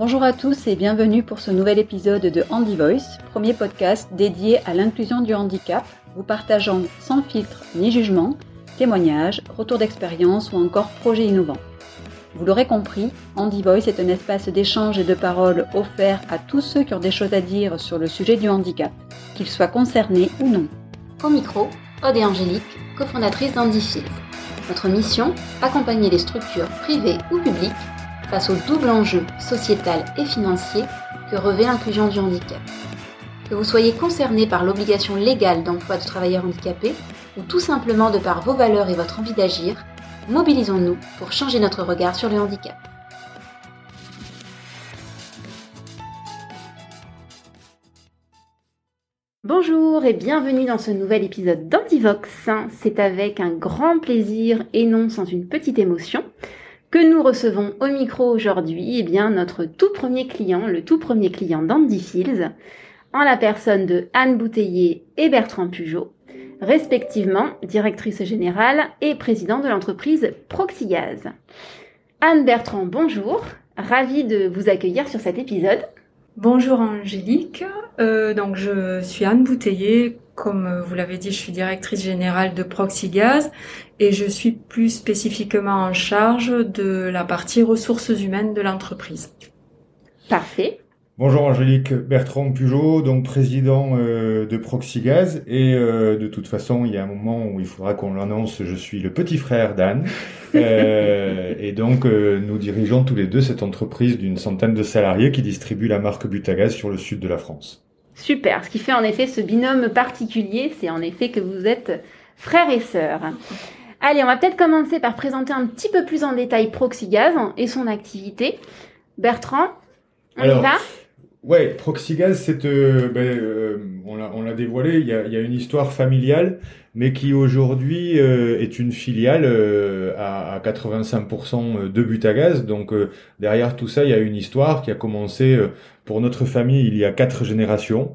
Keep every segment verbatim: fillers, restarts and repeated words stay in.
Bonjour à tous et bienvenue pour ce nouvel épisode de Handy Voice, premier podcast dédié à l'inclusion du handicap, vous partageant sans filtre ni jugement, témoignages, retours d'expérience ou encore projets innovants. Vous l'aurez compris, Handy Voice est un espace d'échange et de parole offert à tous ceux qui ont des choses à dire sur le sujet du handicap, qu'ils soient concernés ou non. Au micro, Aude et Angélique, cofondatrices d'Handy Fields. Notre mission, accompagner les structures privées ou publiques face au double enjeu sociétal et financier que revêt l'inclusion du handicap. Que vous soyez concerné par l'obligation légale d'emploi de travailleurs handicapés ou tout simplement de par vos valeurs et votre envie d'agir, mobilisons-nous pour changer notre regard sur le handicap. Bonjour et bienvenue dans ce nouvel épisode d'Handyvox. C'est avec un grand plaisir et non sans une petite émotion que nous recevons au micro aujourd'hui eh bien, notre tout premier client, le tout premier client d'Handy Fields, en la personne de Anne Bouteiller et Bertrand Pugeot, respectivement directrice générale et président de l'entreprise Proxigaz. Anne, Bertrand, bonjour, ravie de vous accueillir sur cet épisode. Bonjour Angélique, euh, donc je suis Anne Bouteiller, comme vous l'avez dit, je suis directrice générale de Proxigaz et je suis plus spécifiquement en charge de la partie ressources humaines de l'entreprise. Parfait. Bonjour Angélique, Bertrand Pugeot, donc président euh, de Proxigaz et euh, de toute façon il y a un moment où il faudra qu'on l'annonce, je suis le petit frère d'Anne euh, et donc euh, nous dirigeons tous les deux cette entreprise d'une centaine de salariés qui distribue la marque Butagaz sur le sud de la France. Super, ce qui fait en effet ce binôme particulier, c'est en effet que vous êtes frères et sœurs. Allez, on va peut-être commencer par présenter un petit peu plus en détail Proxigaz et son activité. Bertrand, on Alors, y va ? Ouais, Proxigaz, c'est, euh, ben, euh, on l'a, on l'a dévoilé, il y a, il y a une histoire familiale, mais qui aujourd'hui euh, est une filiale euh, à, à quatre-vingt-cinq pour cent de Butagaz. Donc euh, derrière tout ça, il y a une histoire qui a commencé euh, pour notre famille il y a quatre générations,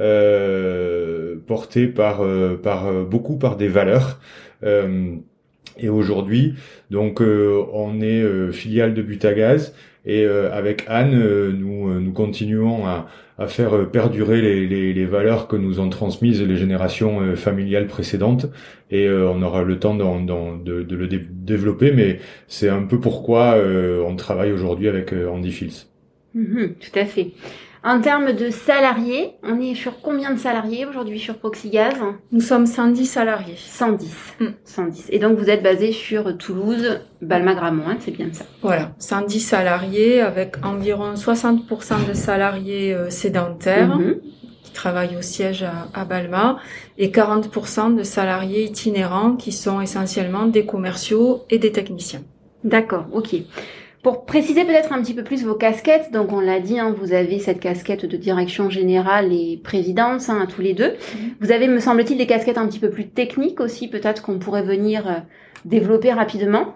euh, portée par, euh, par euh, beaucoup par des valeurs. Euh, et aujourd'hui, donc euh, on est euh, filiale de Butagaz. Et euh, avec Anne, euh, nous, euh, nous continuons à, à faire euh, perdurer les, les, les valeurs que nous ont transmises les générations euh, familiales précédentes. Et euh, on aura le temps d'en, d'en, de, de le dé- développer, mais c'est un peu pourquoi euh, on travaille aujourd'hui avec euh, Handy Fields. Mmh, tout à fait. En termes de salariés, on est sur combien de salariés aujourd'hui sur Proxigaz ? Nous sommes cent dix salariés. cent dix. Mm. cent dix. Et donc vous êtes basé sur Toulouse, Balma-Gramont, hein, c'est bien ça. Voilà, cent dix salariés avec environ soixante pour cent de salariés euh, sédentaires Mmh. qui travaillent au siège à, à Balma et quarante pour cent de salariés itinérants qui sont essentiellement des commerciaux et des techniciens. D'accord, ok. Pour préciser peut-être un petit peu plus vos casquettes, donc on l'a dit, hein, vous avez cette casquette de direction générale et présidence hein, à tous les deux. Mmh. Vous avez, me semble-t-il, des casquettes un petit peu plus techniques aussi, peut-être qu'on pourrait venir euh, développer rapidement.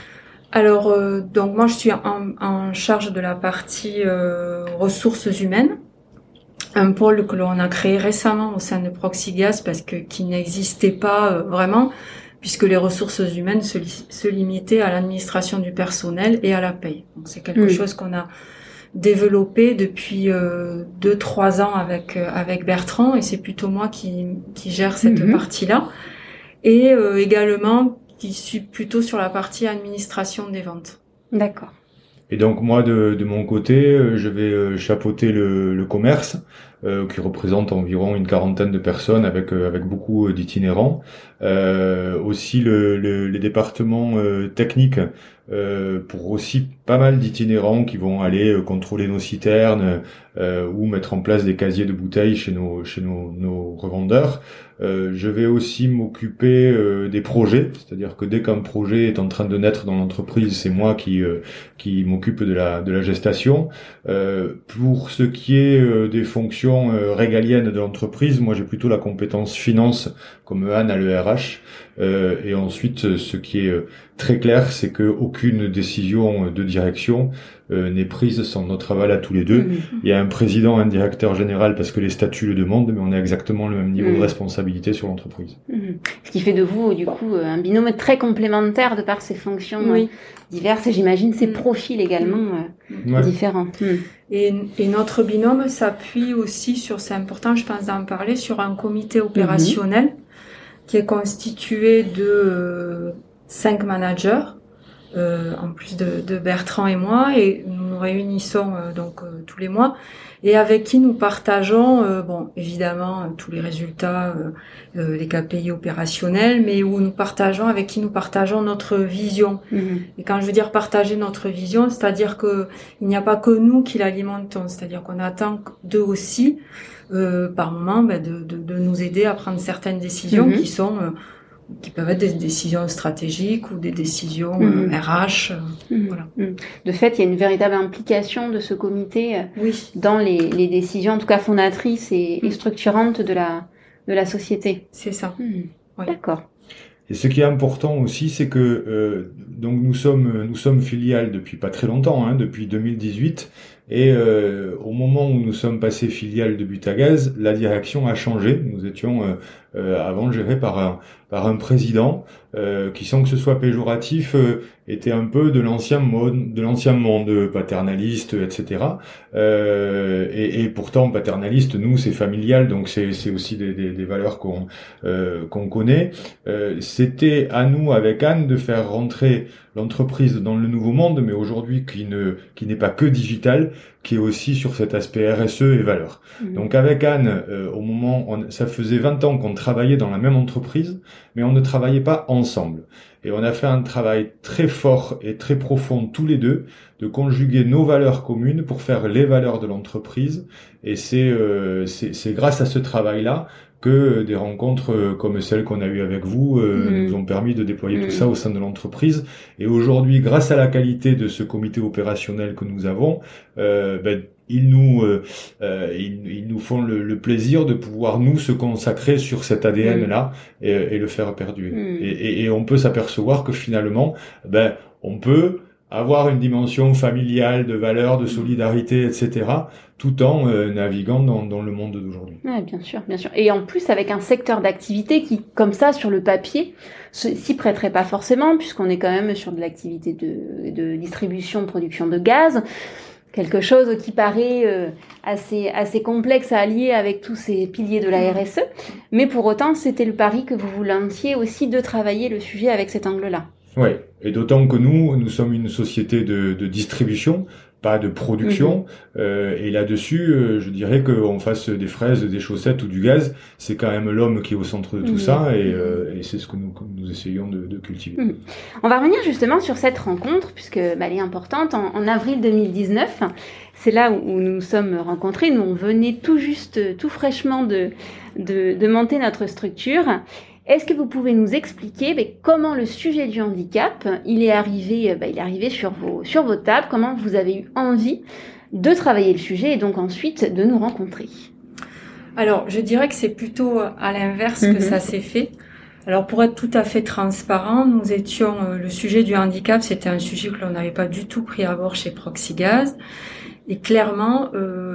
Alors, euh, donc moi je suis en, en charge de la partie euh, ressources humaines, un pôle que l'on a créé récemment au sein de Proxigaz parce que qui n'existait pas euh, vraiment, puisque les ressources humaines se, li- se limitaient à l'administration du personnel et à la paye. Donc c'est quelque mmh. chose qu'on a développé depuis euh, deux trois ans avec euh, avec Bertrand et c'est plutôt moi qui qui gère cette mmh. partie-là et euh, également qui suis plutôt sur la partie administration des ventes. D'accord. Et donc moi de, de mon côté, je vais chapeauter le, le commerce euh, qui représente environ une quarantaine de personnes avec avec beaucoup d'itinérants. Euh, aussi le, le, les départements euh, techniques euh, pour aussi pas mal d'itinérants qui vont aller euh, contrôler nos citernes euh, ou mettre en place des casiers de bouteilles chez nos chez nos, nos revendeurs. Euh, je vais aussi m'occuper euh, des projets, c'est-à-dire que dès qu'un projet est en train de naître dans l'entreprise, c'est moi qui euh, qui m'occupe de la de la gestation. Euh, pour ce qui est euh, des fonctions euh, régaliennes de l'entreprise, moi j'ai plutôt la compétence finance, comme Anne a le R H. Euh, et ensuite, ce qui est très clair, c'est que aucune décision de direction euh, n'est prise sans notre aval à tous les deux. Mmh. Il y a un président, un directeur général parce que les statuts le demandent, mais on a exactement le même niveau mmh. de responsabilité sur l'entreprise. Mmh. Ce qui fait de vous, du coup, un binôme très complémentaire de par ses fonctions oui. diverses et j'imagine ses mmh. profils également mmh. euh, ouais. différents. Mmh. Et, et notre binôme s'appuie aussi sur, c'est important, je pense d'en parler, sur un comité opérationnel mmh. qui est constitué de euh, cinq managers, euh, en plus de, de Bertrand et moi, et nous nous réunissons euh, donc euh, tous les mois, et avec qui nous partageons, euh, bon, évidemment, euh, tous les résultats, euh, euh, les K P I opérationnels, mais où nous partageons, avec qui nous partageons notre vision. Mmh. Et quand je veux dire partager notre vision, c'est-à-dire que il n'y a pas que nous qui l'alimentons, c'est-à-dire qu'on attend d'eux aussi, euh, par moment, ben, de, de, de nous aider à prendre certaines décisions mmh. qui sont euh, qui peuvent être des décisions stratégiques ou des décisions mmh. euh, R H. Euh, mmh. voilà. De fait, il y a une véritable implication de ce comité euh, oui. dans les, les décisions, en tout cas fondatrices et, mmh. et structurantes de la, de la société. C'est ça. Mmh. Oui. D'accord. Et ce qui est important aussi, c'est que euh, donc nous sommes nous sommes filiales depuis pas très longtemps, hein, depuis deux mille dix-huit, et euh, au moment où nous sommes passés filiales de Butagaz, la direction a changé. Nous étions euh, euh, avant gérés par un par un président euh, qui, sans que ce soit péjoratif, euh, était un peu de l'ancien mode, de l'ancien monde paternaliste, et cetera. Euh, et, et pourtant paternaliste, nous c'est familial, donc c'est c'est aussi des des, des valeurs qu'on euh, qu'on connaît. Euh, c'était à nous avec Anne de faire rentrer l'entreprise dans le nouveau monde, mais aujourd'hui qui ne qui n'est pas que digital, qui est aussi sur cet aspect R S E et valeurs. Mmh. Donc avec Anne, euh, au moment, on, ça faisait vingt ans qu'on travaillait dans la même entreprise, mais on ne travaillait pas ensemble. Et on a fait un travail très fort et très profond tous les deux, de conjuguer nos valeurs communes pour faire les valeurs de l'entreprise. Et c'est euh, c'est, c'est grâce à ce travail-là que des rencontres comme celles qu'on a eues avec vous euh, mmh. nous ont permis de déployer mmh. tout ça au sein de l'entreprise. Et aujourd'hui, grâce à la qualité de ce comité opérationnel que nous avons, euh, ben, ils nous euh, euh, ils, ils nous font le, le plaisir de pouvoir nous se consacrer sur cet A D N là mmh. et, et le faire perdurer. Mmh. Et, et, et on peut s'apercevoir que finalement, ben on peut avoir une dimension familiale, de valeurs, de solidarité, et cetera, tout en euh, naviguant dans, dans le monde d'aujourd'hui. Ouais, bien sûr, bien sûr. Et en plus, avec un secteur d'activité qui, comme ça, sur le papier, s'y prêterait pas forcément, puisqu'on est quand même sur de l'activité de, de distribution, production de gaz, quelque chose qui paraît euh, assez assez complexe à allier avec tous ces piliers de la R S E. Mais pour autant, c'était le pari que vous vous lanciez aussi de travailler le sujet avec cet angle-là. Oui, et d'autant que nous, nous sommes une société de, de distribution, pas de production, mmh. euh, et là-dessus, euh, je dirais qu'on fasse des fraises, des chaussettes ou du gaz, c'est quand même l'homme qui est au centre de tout mmh. ça, et, euh, et c'est ce que nous, nous essayons de, de cultiver. Mmh. On va revenir justement sur cette rencontre, puisque bah, elle est importante, en, en avril deux mille dix-neuf, c'est là où, où nous nous sommes rencontrés, nous on venait tout juste, tout fraîchement de, de, de monter notre structure. Est-ce que vous pouvez nous expliquer bah, comment le sujet du handicap, il est arrivé, bah, il est arrivé sur vos, sur vos tables, comment vous avez eu envie de travailler le sujet et donc ensuite de nous rencontrer? Alors, je dirais que c'est plutôt à l'inverse mm-hmm. que ça s'est fait. Alors, pour être tout à fait transparent, nous étions, euh, le sujet du handicap, c'était un sujet que l'on n'avait pas du tout pris à bord chez Proxigaz. Et clairement,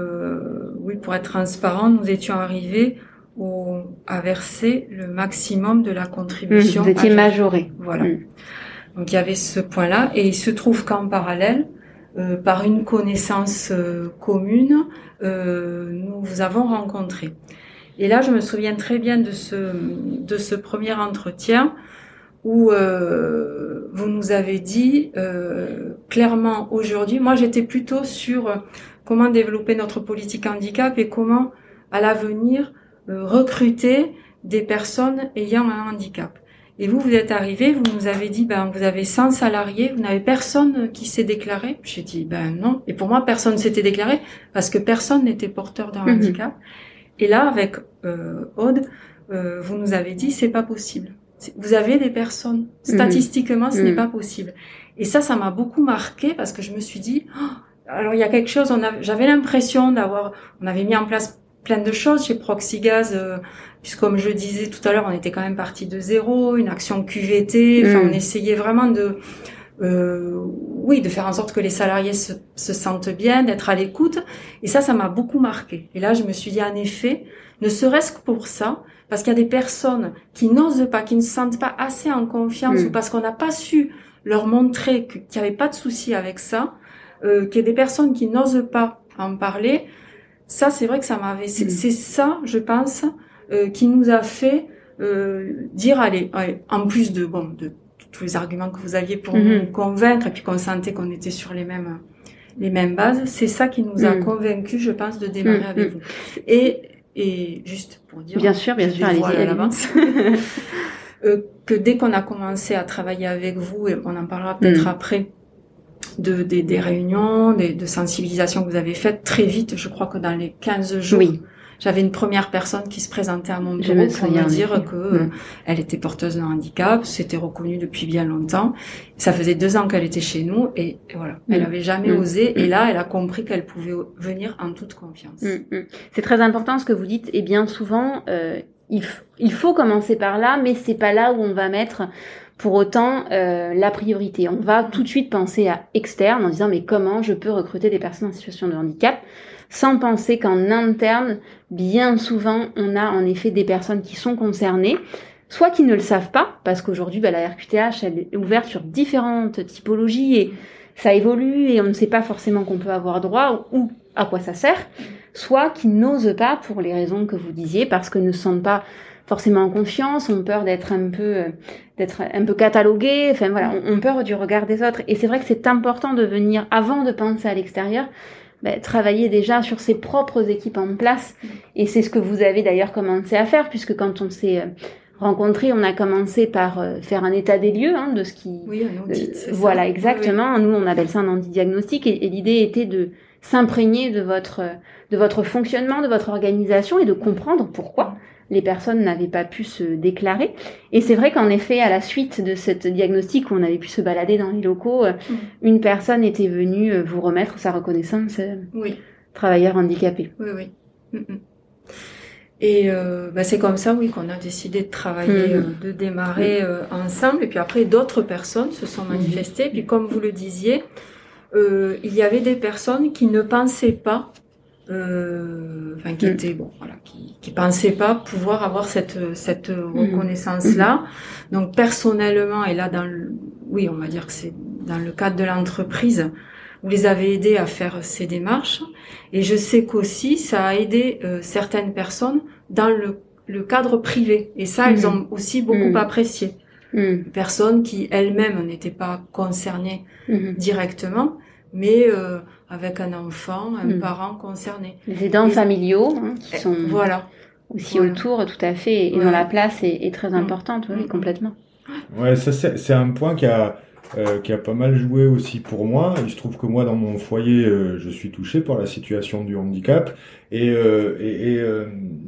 euh, oui, pour être transparent, nous étions arrivés Au, à verser le maximum de la contribution. Mmh, vous étiez majoré. Voilà. Mmh. Donc il y avait ce point-là, et il se trouve qu'en parallèle, euh, par une connaissance euh, commune, euh, nous vous avons rencontré. Et là, je me souviens très bien de ce de ce premier entretien où euh, vous nous avez dit euh, clairement aujourd'hui. Moi, j'étais plutôt sur comment développer notre politique handicap et comment à l'avenir recruter des personnes ayant un handicap. Et vous, vous êtes arrivé, vous nous avez dit, ben, vous avez cent salariés, vous n'avez personne qui s'est déclaré. J'ai dit, ben non. Et pour moi, personne s'était déclaré parce que personne n'était porteur d'un mmh. handicap. Et là, avec euh, Aude, euh, vous nous avez dit, c'est pas possible. Vous avez des personnes. Statistiquement, mmh. ce mmh. n'est pas possible. Et ça, ça m'a beaucoup marqué parce que je me suis dit, oh, alors il y a quelque chose, on a, j'avais l'impression d'avoir, on avait mis en place plein de choses chez Proxigaz, euh, puisque comme je disais tout à l'heure, on était quand même parti de zéro, une action Q V T, enfin mmh. on essayait vraiment de euh, oui, de faire en sorte que les salariés se, se sentent bien, d'être à l'écoute. Et ça, ça m'a beaucoup marqué. Et là, je me suis dit, en effet, ne serait-ce que pour ça, parce qu'il y a des personnes qui n'osent pas, qui ne se sentent pas assez en confiance, mmh. ou parce qu'on n'a pas su leur montrer que, qu'il n'y avait pas de souci avec ça, euh, qu'il y a des personnes qui n'osent pas en parler. Ça, c'est vrai que ça m'avait... C'est, mmh. c'est ça, je pense, euh, qui nous a fait euh, dire, allez, allez, en plus de... bon de tous les arguments que vous aviez pour mmh. nous convaincre, et puis qu'on sentait qu'on était sur les mêmes les mêmes bases, c'est ça qui nous a mmh. convaincus, je pense, de démarrer mmh. avec vous. Et et juste pour dire, bien sûr, bien sûr, allez-y, à l'avance, euh, que dès qu'on a commencé à travailler avec vous, et on en parlera peut-être mmh. après, de des, des réunions, des, de sensibilisation que vous avez faites très vite, je crois que dans les quinze jours. Oui. J'avais une première personne qui se présentait à mon bureau me pour me dire que euh, mmh. elle était porteuse d'un handicap, c'était reconnu depuis bien longtemps. Ça faisait deux ans qu'elle était chez nous et, et voilà, mmh. elle avait jamais mmh. osé. Mmh. Et là, elle a compris qu'elle pouvait venir en toute confiance. Mmh. C'est très important ce que vous dites. Et bien souvent, euh, il, f- il faut commencer par là, mais c'est pas là où on va mettre pour autant euh, la priorité. On va tout de suite penser à externe en disant mais comment je peux recruter des personnes en situation de handicap, sans penser qu'en interne, bien souvent, on a en effet des personnes qui sont concernées, soit qui ne le savent pas, parce qu'aujourd'hui, bah, la R Q T H, elle est ouverte sur différentes typologies et ça évolue et on ne sait pas forcément qu'on peut avoir droit ou à quoi ça sert, soit qui n'osent pas pour les raisons que vous disiez, parce que ne se sentent pas forcément en confiance, ont peur d'être un peu, euh, d'être un peu catalogués, enfin voilà, ont, ont peur du regard des autres. Et c'est vrai que c'est important de venir, avant de penser à l'extérieur, bah, travailler déjà sur ses propres équipes en place. Et c'est ce que vous avez d'ailleurs commencé à faire, puisque quand on s'est rencontrés, on a commencé par faire un état des lieux hein, de ce qui... Oui, un audit, c'est euh, Voilà, ça. exactement. Oui, oui. Nous, on appelle ça un handidiagnostic. Et, et l'idée était de s'imprégner de votre, de votre fonctionnement, de votre organisation et de comprendre pourquoi les personnes n'avaient pas pu se déclarer. Et c'est vrai qu'en effet, à la suite de ce diagnostic où on avait pu se balader dans les locaux, mmh. une personne était venue vous remettre sa reconnaissance oui. travailleur handicapé. Oui, oui. Mmh. Et euh, bah c'est comme ça, oui, qu'on a décidé de travailler, mmh. euh, de démarrer mmh. euh, ensemble. Et puis après, d'autres personnes se sont manifestées. Mmh. Puis comme vous le disiez, euh, il y avait des personnes qui ne pensaient pas Euh, enfin qui mmh. étaient bon voilà qui qui pensaient pas pouvoir avoir cette cette mmh. reconnaissance là mmh. donc personnellement et là dans le, oui on va dire que c'est dans le cadre de l'entreprise vous les avez aidés à faire ces démarches et je sais qu'aussi ça a aidé euh, certaines personnes dans le le cadre privé et ça mmh. elles ont aussi beaucoup mmh. apprécié mmh. personnes qui elles-mêmes n'étaient pas concernées mmh. directement mais euh, avec un enfant, un mmh. parent concerné. Les aidants et familiaux hein, qui sont voilà. aussi voilà. autour, tout à fait, et ouais. dont la place est, est très importante, mmh. oui, complètement. Ouais, ça c'est, c'est un point qui a euh, qui a pas mal joué aussi pour moi. Il se trouve que moi, dans mon foyer, euh, je suis touché par la situation du handicap, et euh, et, et euh,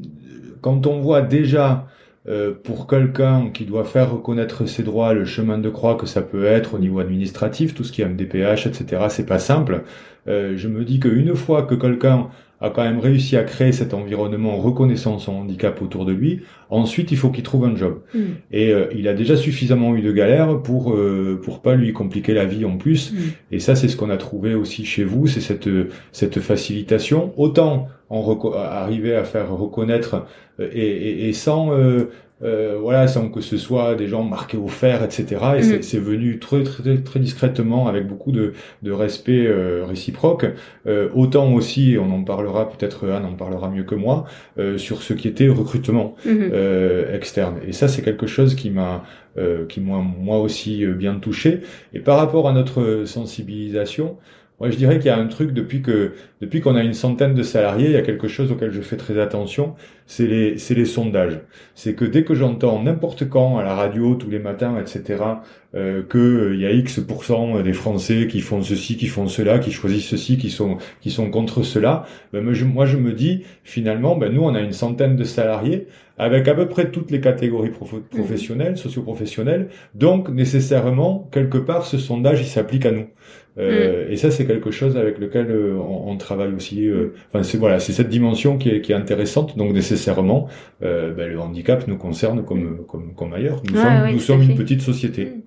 quand on voit déjà Euh, pour quelqu'un qui doit faire reconnaître ses droits, le chemin de croix que ça peut être au niveau administratif, tout ce qui est M D P H, et cetera, c'est pas simple. Euh, je me dis qu'une fois que quelqu'un a quand même réussi à créer cet environnement reconnaissant son handicap autour de lui, ensuite il faut qu'il trouve un job. Mmh. Et euh, il a déjà suffisamment eu de galères pour euh, pour pas lui compliquer la vie en plus. Mmh. Et ça, c'est ce qu'on a trouvé aussi chez vous, c'est cette cette facilitation. Autant en reco- arriver à faire reconnaître euh, et, et, et sans euh, euh, voilà, sans que ce soit des gens marqués au fer, et cetera. Et mmh. c'est, c'est venu très, très, très discrètement, avec beaucoup de, de respect euh, réciproque. Euh, autant aussi, on en parlera, peut-être Anne en parlera mieux que moi, euh, sur ce qui était recrutement mmh. euh, externe. Et ça, c'est quelque chose qui m'a, euh, qui m'a moi aussi bien touché. Et par rapport à notre sensibilisation, moi, je dirais qu'il y a un truc depuis que depuis qu'on a une centaine de salariés, il y a quelque chose auquel je fais très attention, c'est les c'est les sondages. C'est que dès que j'entends n'importe quand à la radio tous les matins, et cetera, euh, que il y a X pourcent des Français qui font ceci, qui font cela, qui choisissent ceci, qui sont qui sont contre cela, ben moi je, moi je me dis finalement, ben nous on a une centaine de salariés avec à peu près toutes les catégories prof- professionnelles, mmh. socio-professionnelles, donc nécessairement quelque part ce sondage il s'applique à nous. Euh, mmh. Et ça, c'est quelque chose avec lequel euh, on, on travaille aussi. Euh, enfin, c'est voilà, c'est cette dimension qui est, qui est intéressante. Donc nécessairement, euh, ben, le handicap nous concerne comme comme comme ailleurs. Nous ouais, sommes ouais, nous sommes une petite société. Mmh. Euh,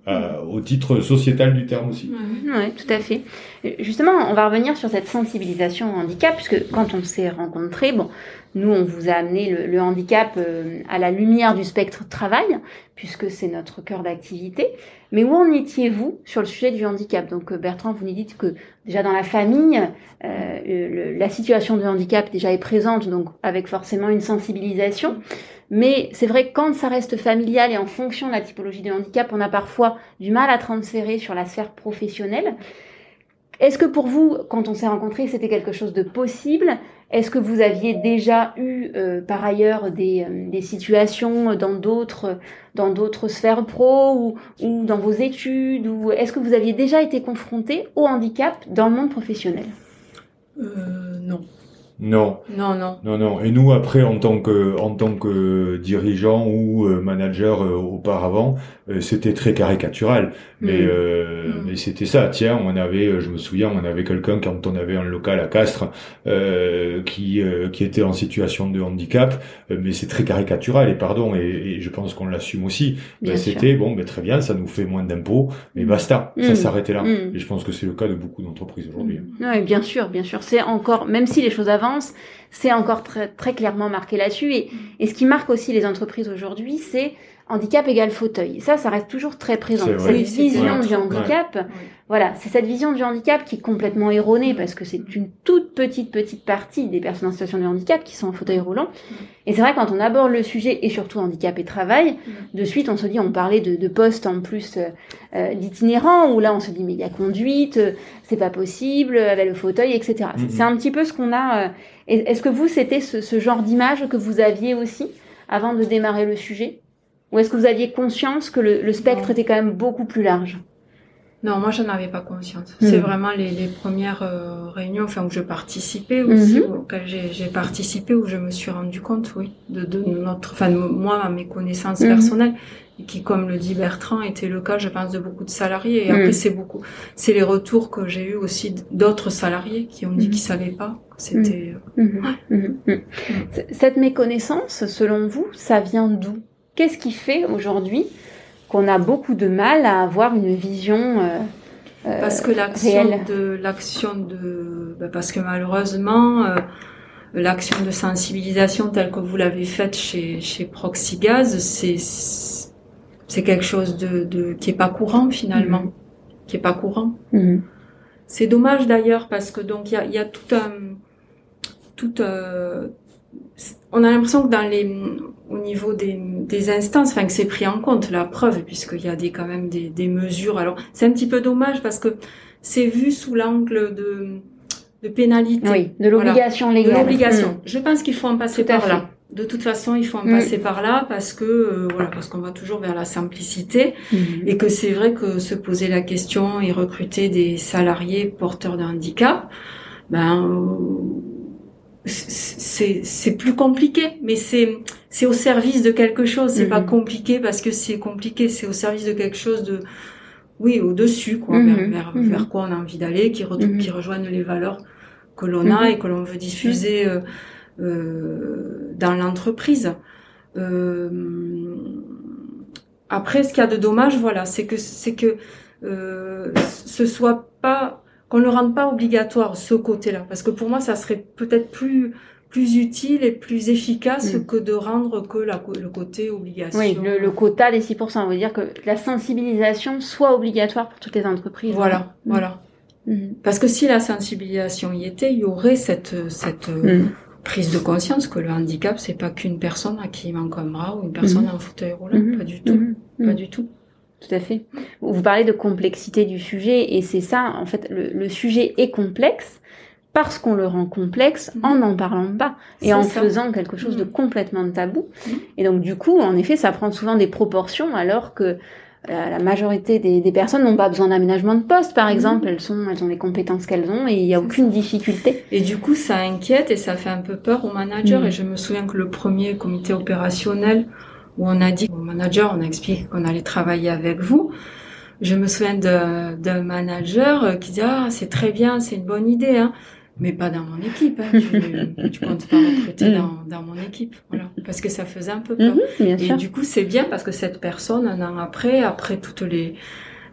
au titre sociétal du terme aussi. Oui, ouais, tout à fait. Justement, on va revenir sur cette sensibilisation au handicap, puisque quand on s'est rencontrés, bon, nous, on vous a amené le, le handicap euh, à la lumière du spectre de travail, puisque c'est notre cœur d'activité. Mais où en étiez-vous sur le sujet du handicap? Donc, Bertrand, vous nous dites que déjà dans la famille, euh, le, la situation de handicap déjà est présente, donc avec forcément une sensibilisation. Mais c'est vrai que quand ça reste familial et en fonction de la typologie de handicap, on a parfois du mal à transférer sur la sphère professionnelle. Est-ce que pour vous, quand on s'est rencontrés, c'était quelque chose de possible? Est-ce que vous aviez déjà eu euh, par ailleurs des, euh, des situations dans d'autres dans d'autres sphères pro ou, ou dans vos études, ou est-ce que vous aviez déjà été confronté au handicap dans le monde professionnel? euh, Non. Non. Non, non. Non, non. Et nous, après, en tant que, en tant que dirigeant ou euh, manager euh, auparavant, euh, c'était très caricatural. Mais, Mmh. euh, Mmh. mais c'était ça. Tiens, on avait, je me souviens, on avait quelqu'un quand on avait un local à Castres, euh, qui, euh, qui était en situation de handicap. Euh, mais c'est très caricatural. Et pardon. Et, et je pense qu'on l'assume aussi. Ben, c'était bon, ben très bien, ça nous fait moins d'impôts, mais basta. Mmh. Ça s'arrêtait là. Mmh. Et je pense que c'est le cas de beaucoup d'entreprises aujourd'hui. Oui, bien sûr, bien sûr. C'est encore, même si les choses avancent, c'est encore très, très clairement marqué là-dessus. Et, et ce qui marque aussi les entreprises aujourd'hui, c'est handicap égale fauteuil. Ça, ça reste toujours très présent. C'est Cette vrai. Oui, vision c'est du vrai. handicap, Oui. voilà, c'est cette vision du handicap qui est complètement erronée parce que c'est une toute petite, petite partie des personnes en situation de handicap qui sont en fauteuil roulant. Et c'est vrai, quand on aborde le sujet, et surtout handicap et travail, de suite, on se dit, on parlait de, de postes en plus euh, d'itinérants, où là, on se dit, mais il y a conduite, euh, c'est pas possible, avec le fauteuil, et cetera. Mm-hmm. C'est un petit peu ce qu'on a... Euh, est-ce que vous, c'était ce, ce genre d'image que vous aviez aussi avant de démarrer le sujet? Ou est-ce que vous aviez conscience que le, le spectre Non. était quand même beaucoup plus large? Non, moi, j'en avais pas conscience. Mmh. C'est vraiment les, les premières euh, réunions, enfin, où je participais aussi, Mmh. auxquelles j'ai, j'ai participé, où je me suis rendu compte, oui, de, de notre, enfin, de moi, à mes connaissances Mmh. personnelles, et qui, comme le dit Bertrand, était le cas, je pense, de beaucoup de salariés. Et Mmh. après, c'est beaucoup, c'est les retours que j'ai eu aussi d'autres salariés qui ont dit Mmh. qu'ils savaient pas que c'était. Mmh. Mmh. Mmh. Cette méconnaissance, selon vous, ça vient d'où? Qu'est-ce qui fait aujourd'hui qu'on a beaucoup de mal à avoir une vision euh, euh, Parce que l'action réelle? de l'action de bah parce que malheureusement euh, l'action de sensibilisation telle que vous l'avez faite chez chez Proxygaz, c'est c'est quelque chose de, de qui est pas courant finalement, mmh. qui est pas courant. Mmh. C'est dommage d'ailleurs parce que donc il y a il y a tout un tout euh, on a l'impression que dans les au niveau des, des instances, enfin que c'est pris en compte, la preuve, puisqu'il y a des quand même des, des mesures. Alors c'est un petit peu dommage parce que c'est vu sous l'angle de, de pénalité. Oui, de l'obligation voilà. légale. De l'obligation. Mmh. Je pense qu'il faut en passer Tout à par fait. là. De toute façon, il faut en mmh. passer par là parce que euh, voilà, parce qu'on va toujours vers la simplicité mmh. et que c'est vrai que se poser la question et recruter des salariés porteurs de handicap, ben euh, c'est c'est plus compliqué, mais c'est c'est au service de quelque chose. C'est mmh. pas compliqué parce que c'est compliqué. C'est au service de quelque chose de oui au dessus quoi, mmh. vers vers, mmh. vers quoi on a envie d'aller, qui re, mmh. qui rejoignent les valeurs que l'on a mmh. et que l'on veut diffuser euh, euh, dans l'entreprise. Euh, après, ce qu'il y a de dommage, voilà, c'est que c'est que euh, ce soit pas qu'on ne le rende pas obligatoire ce côté-là, parce que pour moi ça serait peut-être plus plus utile et plus efficace mmh. que de rendre que la, le côté obligation. Oui, le, le quota des six pour cent, on veut dire que la sensibilisation soit obligatoire pour toutes les entreprises. Voilà, hein. voilà. Mmh. Parce que si la sensibilisation y était, il y aurait cette cette mmh. prise de conscience que le handicap c'est pas qu'une personne à qui il manque un bras ou une personne en fauteuil roulant, pas du tout, pas du tout. Tout à fait. Vous parlez de complexité du sujet et c'est ça, en fait, le, le sujet est complexe parce qu'on le rend complexe mmh. en n'en parlant pas et c'est en ça. faisant quelque chose mmh. de complètement tabou. Mmh. Et donc du coup, en effet, ça prend souvent des proportions alors que la, la majorité des, des personnes n'ont pas besoin d'aménagement de poste, par exemple. Mmh. Elles sont, elles ont les compétences qu'elles ont et il n'y a c'est aucune ça. difficulté. Et du coup, ça inquiète et ça fait un peu peur aux managers. Mmh. Et je me souviens que le premier comité opérationnel où on a dit au manager, on a expliqué qu'on allait travailler avec vous. Je me souviens de, d'un manager qui disait « Ah, c'est très bien, c'est une bonne idée, hein, mais pas dans mon équipe. Hein. Tu, tu comptes pas recruter dans, dans mon équipe. » Voilà, parce que ça faisait un peu peur. Mmh, bien et sûr. du coup, c'est bien parce que cette personne, un an après, après toutes les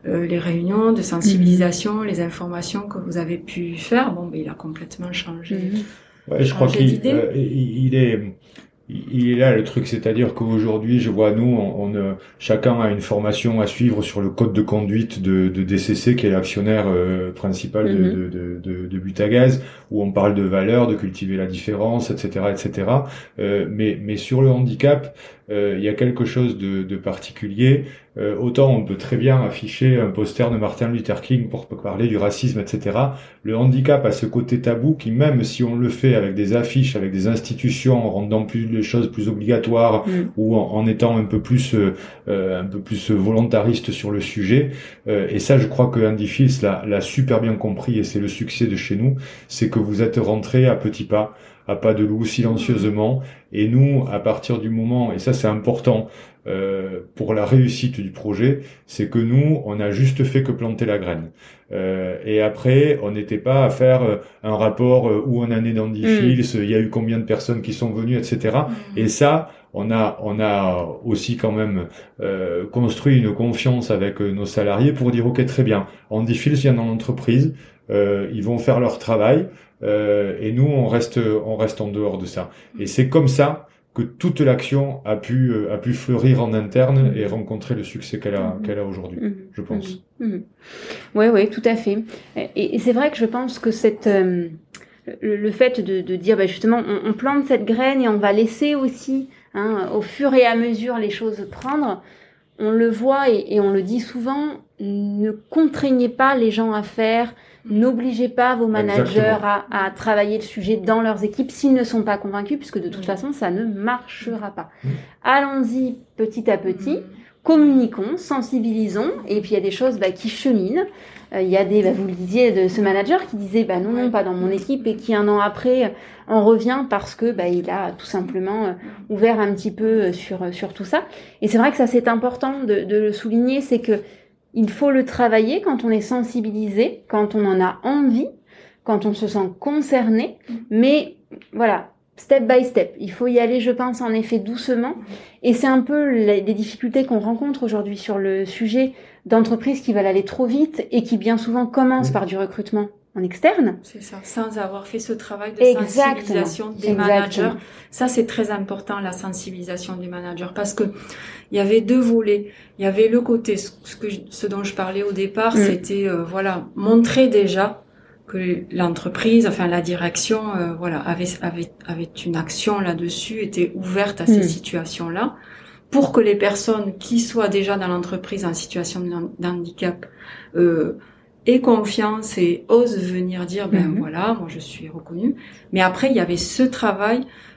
euh, les réunions de sensibilisation, mmh. les informations que vous avez pu faire. Bon, ben, il a complètement changé. Mmh. Ouais, je crois qu'il euh, il est... Il est là le truc, c'est-à-dire qu'aujourd'hui, je vois nous, on, on euh, chacun a une formation à suivre sur le code de conduite de, de D C C, qui est l'actionnaire euh, principal de, mm-hmm. de, de, de, de Butagaz, où on parle de valeurs, de cultiver la différence, et cetera, et cetera. Euh, mais, mais sur le handicap, euh, il y a quelque chose de, de particulier. Euh, autant on peut très bien afficher un poster de Martin Luther King pour parler du racisme, et cetera. Le handicap a ce côté tabou qui, même si on le fait avec des affiches, avec des institutions, en rendant plus les choses plus obligatoires mmh. ou en, en étant un peu plus euh, un peu plus volontariste sur le sujet, euh, et ça, je crois que Andy Fils l'a, l'a super bien compris, et c'est le succès de chez nous, c'est que vous êtes rentrés à petits pas, à pas de loup, silencieusement, et nous, à partir du moment, et ça c'est important, Euh, pour la réussite du projet, c'est que nous, on a juste fait que planter la graine. Euh, et après, on n'était pas à faire euh, un rapport euh, où on en est dans Andy Fils, il y a eu combien de personnes qui sont venues, et cetera. Mmh. Et ça, on a, on a aussi quand même euh, construit une confiance avec euh, nos salariés pour dire ok, très bien, Andy Fils vient dans l'entreprise, euh, ils vont faire leur travail, euh, et nous, on reste, on reste en dehors de ça. Et c'est comme ça que toute l'action a pu euh, a pu fleurir en interne et rencontrer le succès qu'elle a mmh. qu'elle a aujourd'hui, mmh. je pense. Mmh. Oui, oui, tout à fait. Et, et c'est vrai que je pense que cette euh, le, le fait de, de dire bah, justement on, on plante cette graine et on va laisser aussi hein, au fur et à mesure les choses prendre. On le voit et, et on le dit souvent, ne contraignez pas les gens à faire. N'obligez pas vos managers à, à travailler le sujet dans leurs équipes s'ils ne sont pas convaincus, puisque de toute façon, ça ne marchera pas. Allons-y petit à petit, communiquons, sensibilisons, et puis il y a des choses bah, qui cheminent. Euh, il y a des, bah, vous le disiez, de ce manager qui disait bah, non, non, pas dans mon équipe, et qui un an après en revient parce que bah, il a tout simplement euh, ouvert un petit peu sur, sur tout ça. Et c'est vrai que ça, c'est important de, de le souligner, c'est que il faut le travailler quand on est sensibilisé, quand on en a envie, quand on se sent concerné, mais voilà, step by step. Il faut y aller, je pense, en effet, doucement. Et c'est un peu les, les difficultés qu'on rencontre aujourd'hui sur le sujet d'entreprises qui veulent aller trop vite et qui bien souvent commencent par du recrutement en externe. C'est ça, sans avoir fait ce travail de Exactement. sensibilisation des Exactement. managers. Ça, c'est très important, la sensibilisation des managers, parce que il y avait deux volets. Il y avait le côté, ce que, ce dont je parlais au départ, mmh. c'était, euh, voilà, montrer déjà que l'entreprise, enfin la direction, euh, voilà, avait, avait, avait une action là-dessus, était ouverte à ces mmh. situations-là, pour que les personnes qui soient déjà dans l'entreprise en situation de handicap, euh, aient confiance et osent venir dire, ben mmh. voilà, moi je suis reconnue. Mais après, il y avait ce travail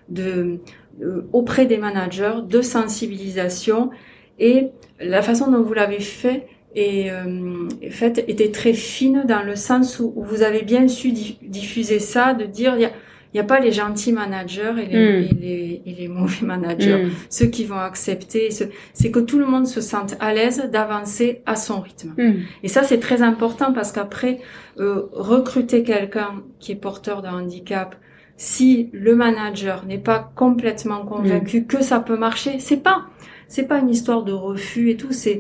de euh, auprès des managers de sensibilisation, et la façon dont vous l'avez fait et euh, faite était très fine dans le sens où, où vous avez bien su di- diffuser ça, de dire il y a il y a pas les gentils managers et les, mmh. et les, et les mauvais managers, mmh. ceux qui vont accepter. Ce, c'est que tout le monde se sente à l'aise d'avancer à son rythme. Mmh. Et ça, c'est très important, parce qu'après, euh, recruter quelqu'un qui est porteur d'un handicap, si le manager n'est pas complètement convaincu mmh. que ça peut marcher, c'est pas, c'est pas une histoire de refus et tout, c'est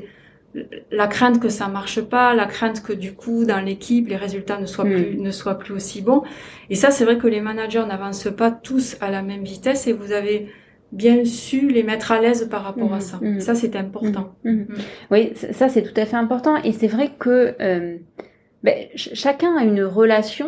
la crainte que ça marche pas, la crainte que du coup dans l'équipe les résultats ne soient mmh. plus ne soient plus aussi bons. Et ça, c'est vrai que les managers n'avancent pas tous à la même vitesse, et vous avez bien su les mettre à l'aise par rapport mmh. à ça. Mmh. Ça, c'est important. Mmh. Mmh. Oui, ça c'est tout à fait important, et c'est vrai que euh, ben, ch- chacun a une relation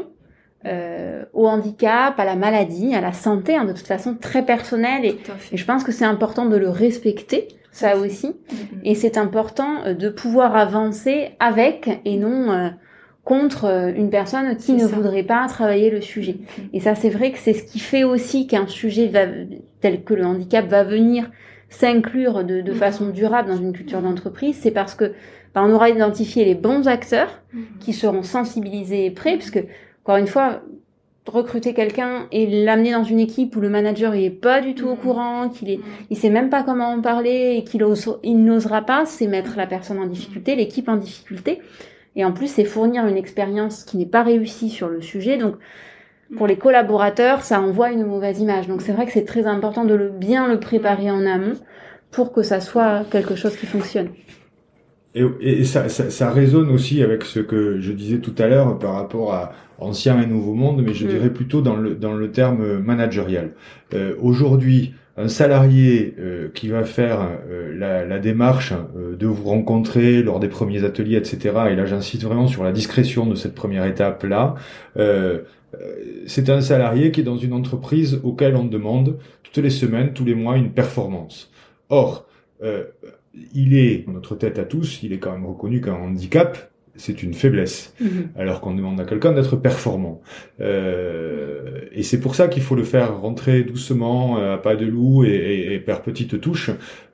euh, au handicap, à la maladie, à la santé, hein, de toute façon très personnelle, et, et je pense que c'est important de le respecter. Ça aussi, mm-hmm. et c'est important de pouvoir avancer avec et non euh, contre une personne qui c'est ne ça. voudrait pas travailler le sujet. Mm-hmm. Et ça, c'est vrai que c'est ce qui fait aussi qu'un sujet va, tel que le handicap va venir s'inclure de, de mm-hmm. façon durable dans une culture d'entreprise, c'est parce que ben, on aura identifié les bons acteurs mm-hmm. qui seront sensibilisés et prêts, puisque encore une fois, recruter quelqu'un et l'amener dans une équipe où le manager il est pas du tout mmh. au courant, qu'il est, il sait même pas comment en parler et qu'il ose, il n'osera pas, c'est mettre la personne en difficulté, l'équipe en difficulté. Et en plus, c'est fournir une expérience qui n'est pas réussie sur le sujet. Donc, pour les collaborateurs, ça envoie une mauvaise image. Donc, c'est vrai que c'est très important de le, bien le préparer en amont pour que ça soit quelque chose qui fonctionne. et, et ça, ça, ça résonne aussi avec ce que je disais tout à l'heure par rapport à ancien et nouveau monde, mais je mmh. dirais plutôt dans le dans le terme managérial. Euh, aujourd'hui, un salarié euh, qui va faire euh, la, la démarche euh, de vous rencontrer lors des premiers ateliers, et cetera. Et là, j'insiste vraiment sur la discrétion de cette première étape-là. Euh, c'est un salarié qui est dans une entreprise auquel on demande toutes les semaines, tous les mois, une performance. Or, euh, il est, dans notre tête à tous, il est quand même reconnu qu'un handicap, c'est une faiblesse, mmh. alors qu'on demande à quelqu'un d'être performant. Euh, et c'est pour ça qu'il faut le faire rentrer doucement, à pas de loup et, et, et par petites touches,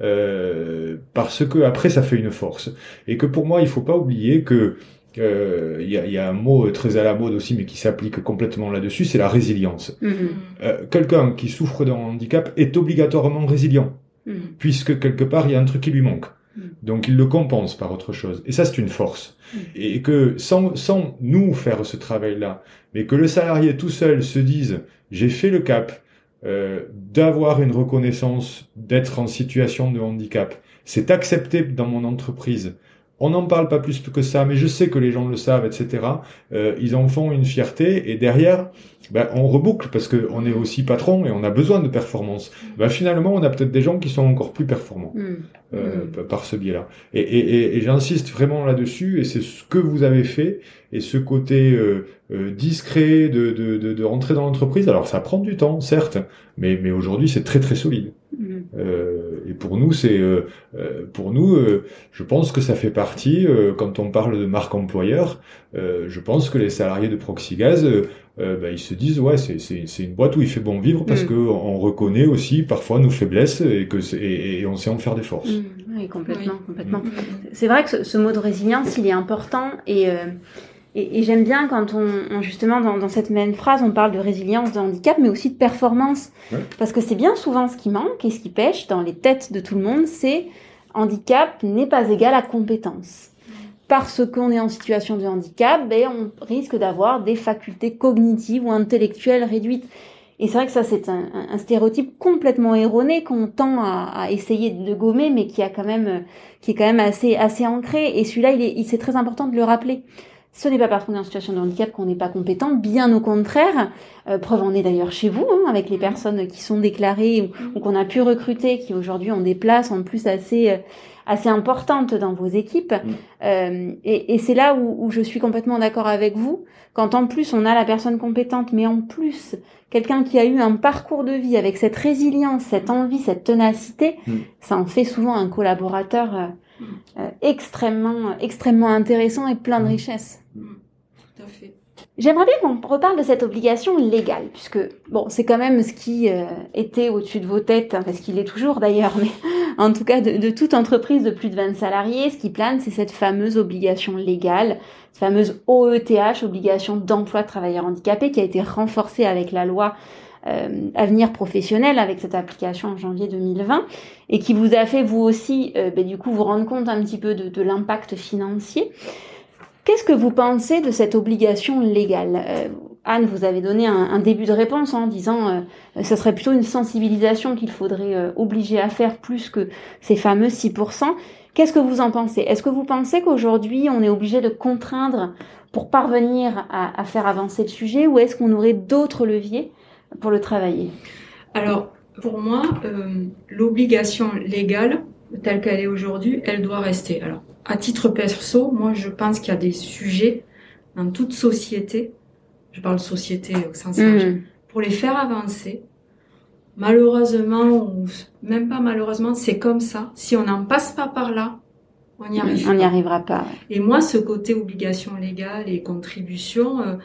euh, parce que après ça fait une force. Et que pour moi, il faut pas oublier que il euh, y, a, y a un mot très à la mode aussi, mais qui s'applique complètement là-dessus, c'est la résilience. Mmh. Euh, quelqu'un qui souffre d'un handicap est obligatoirement résilient, mmh. puisque quelque part il y a un truc qui lui manque. Donc il le compense par autre chose. Et ça, c'est une force. Mmh. Et que sans, sans nous faire ce travail-là, mais que le salarié tout seul se dise « j'ai fait le cap euh, d'avoir une reconnaissance, d'être en situation de handicap, c'est accepté dans mon entreprise, on n'en parle pas plus que ça, mais je sais que les gens le savent, et cetera. Euh, ils en font une fierté, et derrière, ben, on reboucle, parce qu'on est aussi patron, et on a besoin de performance. Ben, finalement, on a peut-être des gens qui sont encore plus performants mmh. Euh, mmh. par ce biais-là. Et, et, et, et j'insiste vraiment là-dessus, et c'est ce que vous avez fait, et ce côté euh, euh, discret de, de, de, de rentrer dans l'entreprise. Alors, ça prend du temps, certes, mais, mais aujourd'hui, c'est très très solide. Mmh. Euh, et pour nous, c'est euh, euh, pour nous, euh, je pense que ça fait partie. Euh, quand on parle de marque employeur, euh, je pense que les salariés de Proxigaz, euh, euh, bah, ils se disent ouais, c'est c'est c'est une boîte où il fait bon vivre parce mmh. que on reconnaît aussi parfois nos faiblesses et que c'est, et, et on sait en faire des forces. Mmh. Oui, complètement, oui. complètement. Mmh. C'est vrai que ce, ce mot de résilience, il est important et euh, Et, et j'aime bien quand on, on justement dans, dans cette même phrase, on parle de résilience, de handicap, mais aussi de performance, ouais. parce que c'est bien souvent ce qui manque et ce qui pêche dans les têtes de tout le monde, c'est handicap n'est pas égal à compétence. Parce qu'on est en situation de handicap, ben on risque d'avoir des facultés cognitives ou intellectuelles réduites. Et c'est vrai que ça, c'est un, un stéréotype complètement erroné qu'on tend à, à essayer de gommer, mais qui a quand même, qui est quand même assez, assez ancré. Et celui-là, il est, il, c'est très important de le rappeler. Ce n'est pas parce qu'on est en situation de handicap qu'on n'est pas compétent, bien au contraire. Euh, preuve en est d'ailleurs chez vous, hein, avec les personnes qui sont déclarées ou, ou qu'on a pu recruter, qui aujourd'hui ont des places en plus assez assez importantes dans vos équipes. Mmh. Euh, et, et c'est là où, où je suis complètement d'accord avec vous. Quand en plus on a la personne compétente, mais en plus quelqu'un qui a eu un parcours de vie avec cette résilience, cette envie, cette ténacité, mmh. ça en fait souvent un collaborateur euh, Euh, extrêmement, extrêmement intéressant et plein de richesses. Mmh. Tout à fait. J'aimerais bien qu'on reparle de cette obligation légale, puisque bon, c'est quand même ce qui euh, était au-dessus de vos têtes, hein, parce qu'il est toujours d'ailleurs, mais en tout cas de, de toute entreprise de plus de vingt salariés, ce qui plane, c'est cette fameuse obligation légale, cette fameuse O E T H, obligation d'emploi de travailleurs handicapés, qui a été renforcée avec la loi Euh, avenir professionnel avec cette application en janvier deux mille vingt et qui vous a fait vous aussi euh, ben, du coup vous rendre compte un petit peu de, de l'impact financier. Qu'est-ce que vous pensez de cette obligation légale? euh, Anne, vous avez donné un, un début de réponse en disant euh, ce serait plutôt une sensibilisation qu'il faudrait euh, obliger à faire plus que ces fameux six pour cent. Qu'est-ce que vous en pensez? Est-ce que vous pensez qu'aujourd'hui on est obligé de contraindre pour parvenir à, à faire avancer le sujet, ou est-ce qu'on aurait d'autres leviers pour le travailler? Alors, pour moi, euh, l'obligation légale, telle qu'elle est aujourd'hui, elle doit rester. Alors, à titre perso, moi, je pense qu'il y a des sujets dans toute société, je parle société au sens large, mmh. pour les faire avancer. Malheureusement, ou même pas malheureusement, c'est comme ça. Si on n'en passe pas par là, on n'y arrive mmh, pas. On n'y arrivera pas. Ouais. Et moi, ce côté obligation légale et contribution, euh,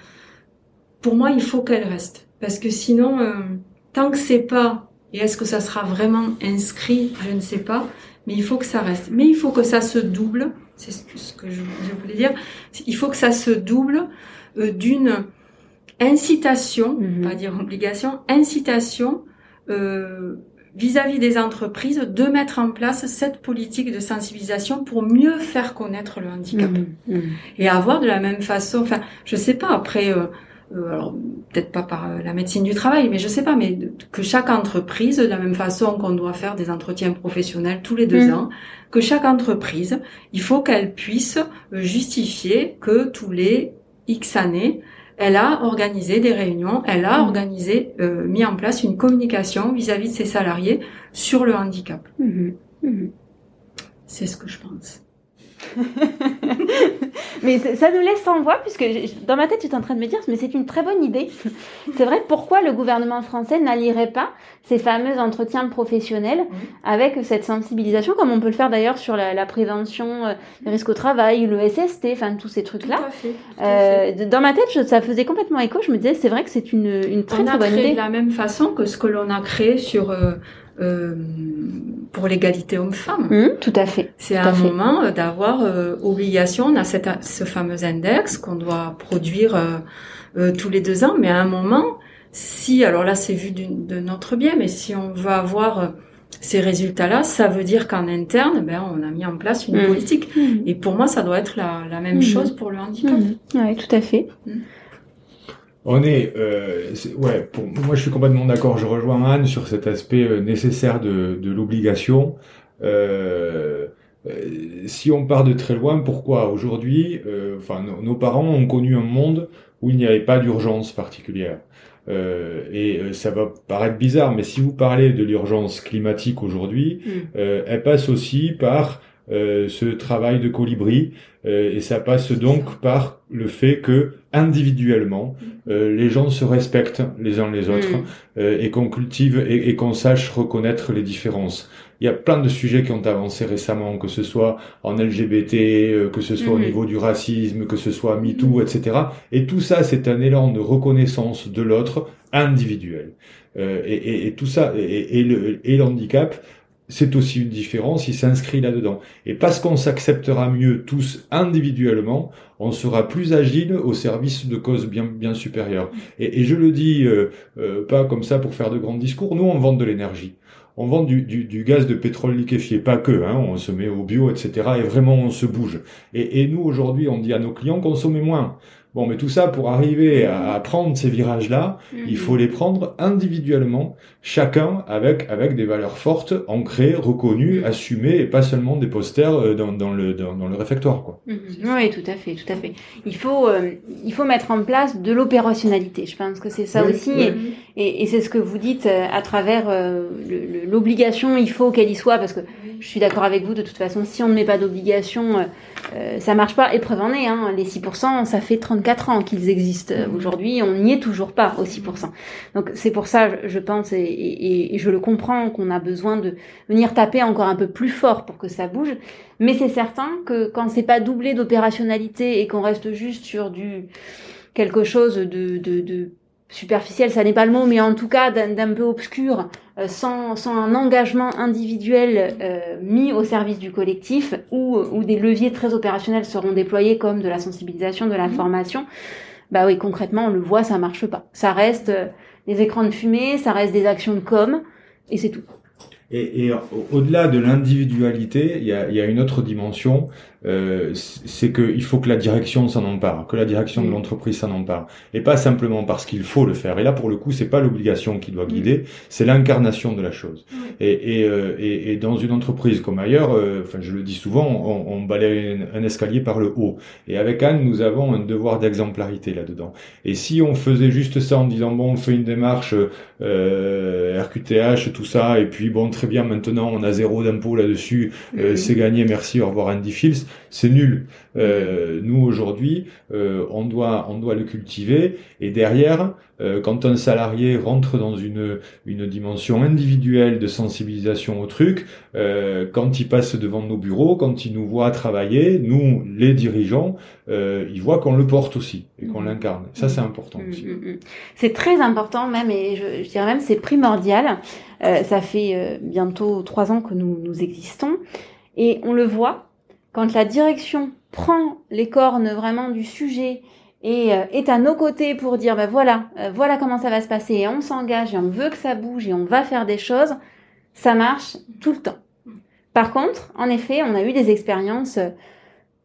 pour moi, il faut qu'elle reste. Parce que sinon, euh, tant que c'est pas, et est-ce que ça sera vraiment inscrit, je ne sais pas, mais il faut que ça reste. Mais il faut que ça se double, c'est ce que je, je voulais dire, il faut que ça se double euh, d'une incitation, mm-hmm. pas dire obligation, incitation euh, vis-à-vis des entreprises de mettre en place cette politique de sensibilisation pour mieux faire connaître le handicap. Mm-hmm. Et avoir de la même façon, enfin, je sais pas, après... Euh, euh, alors peut-être pas par la médecine du travail, mais je sais pas, mais de, que chaque entreprise, de la même façon qu'on doit faire des entretiens professionnels tous les deux mmh. ans, que chaque entreprise, il faut qu'elle puisse justifier que tous les X années, elle a organisé des réunions, elle a mmh. organisé, euh, mis en place une communication vis-à-vis de ses salariés sur le handicap. Mmh. Mmh. C'est ce que je pense. Mais ça nous laisse sans voix, puisque dans ma tête, j'étais en train de me dire, mais c'est une très bonne idée. C'est vrai, pourquoi le gouvernement français n'allierait pas ces fameux entretiens professionnels oui. avec cette sensibilisation, comme on peut le faire d'ailleurs sur la, la prévention des risques au travail, le S S T, enfin tous ces trucs-là. Tout à fait, tout à fait. Euh, dans ma tête, je, ça faisait complètement écho. Je me disais, c'est vrai que c'est une, une très on très bonne idée. On a créé de la même façon que ce que l'on a créé sur... Euh, Euh, pour l'égalité homme-femme. Mmh, tout à fait. C'est tout un à fait. moment d'avoir euh, obligation, on a cette, ce fameux index qu'on doit produire euh, euh, tous les deux ans, mais à un moment, si, alors là c'est vu de notre biais, mais si on veut avoir euh, ces résultats-là, ça veut dire qu'en interne, ben, on a mis en place une mmh. politique. Mmh. Et pour moi, ça doit être la, la même mmh. chose pour le handicap. Mmh. Oui, tout à fait. Mmh. On est, euh, c'est, ouais, pour moi je suis complètement d'accord. Je rejoins Anne sur cet aspect euh, nécessaire de, de l'obligation. Euh, euh, si on part de très loin, pourquoi aujourd'hui, euh, enfin, nos, nos parents ont connu un monde où il n'y avait pas d'urgence particulière. Euh, et euh, ça va paraître bizarre, mais si vous parlez de l'urgence climatique aujourd'hui, mmh. euh, elle passe aussi par euh, ce travail de colibri, euh, et ça passe donc par le fait que individuellement, euh, les gens se respectent les uns les autres, mmh. euh, et qu'on cultive et, et qu'on sache reconnaître les différences. Il y a plein de sujets qui ont avancé récemment, que ce soit en L G B T, euh, que ce soit mmh. au niveau du racisme, que ce soit MeToo, mmh. et cetera. Et tout ça, c'est un élan de reconnaissance de l'autre individuel. Euh, et, et, et tout ça, et, et, le, et l'handicap, c'est aussi une différence, il s'inscrit là-dedans. Et parce qu'on s'acceptera mieux tous individuellement, on sera plus agile au service de causes bien bien supérieures. Et, et je le dis euh, euh, pas comme ça pour faire de grands discours, nous on vend de l'énergie. On vend du, du, du gaz de pétrole liquéfié, pas que, hein, on se met au bio, et cetera. Et vraiment on se bouge. Et, et nous aujourd'hui on dit à nos clients, consommez moins. Bon, mais tout ça, pour arriver à, à prendre ces virages-là, mmh. il faut les prendre individuellement, chacun avec avec des valeurs fortes, ancrées, reconnues, assumées, et pas seulement des posters dans, dans le dans, dans le réfectoire, quoi. Mmh. Oui, tout à fait, tout à fait. Il faut euh, il faut mettre en place de l'opérationnalité. Je pense que c'est ça oui, aussi, oui. Et, et, et c'est ce que vous dites à travers euh, le, le, l'obligation. Il faut qu'elle y soit, parce que je suis d'accord avec vous. De toute façon, si on ne met pas d'obligation, euh, ça marche pas. Et preuve en est, hein, les six pour cent, ça fait trente-quatre ans qu'ils existent. Aujourd'hui, on n'y est toujours pas aux six pour cent. Donc c'est pour ça, je pense, et, et, et je le comprends, qu'on a besoin de venir taper encore un peu plus fort pour que ça bouge. Mais c'est certain que quand c'est pas doublé d'opérationnalité et qu'on reste juste sur du quelque chose de, de, de superficiel, ça n'est pas le mot, mais en tout cas d'un, d'un peu obscur, euh, sans, sans un engagement individuel euh, mis au service du collectif, où, où des leviers très opérationnels seront déployés, comme de la sensibilisation, de la formation, bah oui, concrètement, on le voit, ça marche pas. Ça reste euh, des écrans de fumée, ça reste des actions de com, et c'est tout. Et, et au-delà de l'individualité, il y a, il y a une autre dimension, euh, c'est qu'il faut que la direction s'en empare, que la direction de l'entreprise s'en empare, et pas simplement parce qu'il faut le faire. Et là, pour le coup, c'est pas l'obligation qui doit guider, c'est l'incarnation de la chose. Et, et, euh, et, et dans une entreprise comme ailleurs, euh, enfin, je le dis souvent, on, on balaye un escalier par le haut. Et avec Anne, nous avons un devoir d'exemplarité là-dedans. Et si on faisait juste ça en disant bon, on fait une démarche euh, R Q T H, tout ça, et puis bon, très bien, maintenant on a zéro d'impôt là-dessus, euh, c'est gagné, merci, au revoir Andy Fields, c'est nul. Euh, nous aujourd'hui, euh, on doit on doit le cultiver, et derrière, euh, quand un salarié rentre dans une une dimension individuelle de sensibilisation au truc, euh, quand il passe devant nos bureaux, quand il nous voit travailler, nous les dirigeants, euh, il voit qu'on le porte aussi et qu'on l'incarne. Ça, c'est important aussi. C'est très important même, et je, je dirais même c'est primordial. Euh, ça fait euh, bientôt trois ans que nous nous existons, et on le voit quand la direction prend les cornes vraiment du sujet et euh, est à nos côtés pour dire ben voilà, euh, voilà comment ça va se passer, et on s'engage et on veut que ça bouge et on va faire des choses, ça marche tout le temps. Par contre, en effet, on a eu des expériences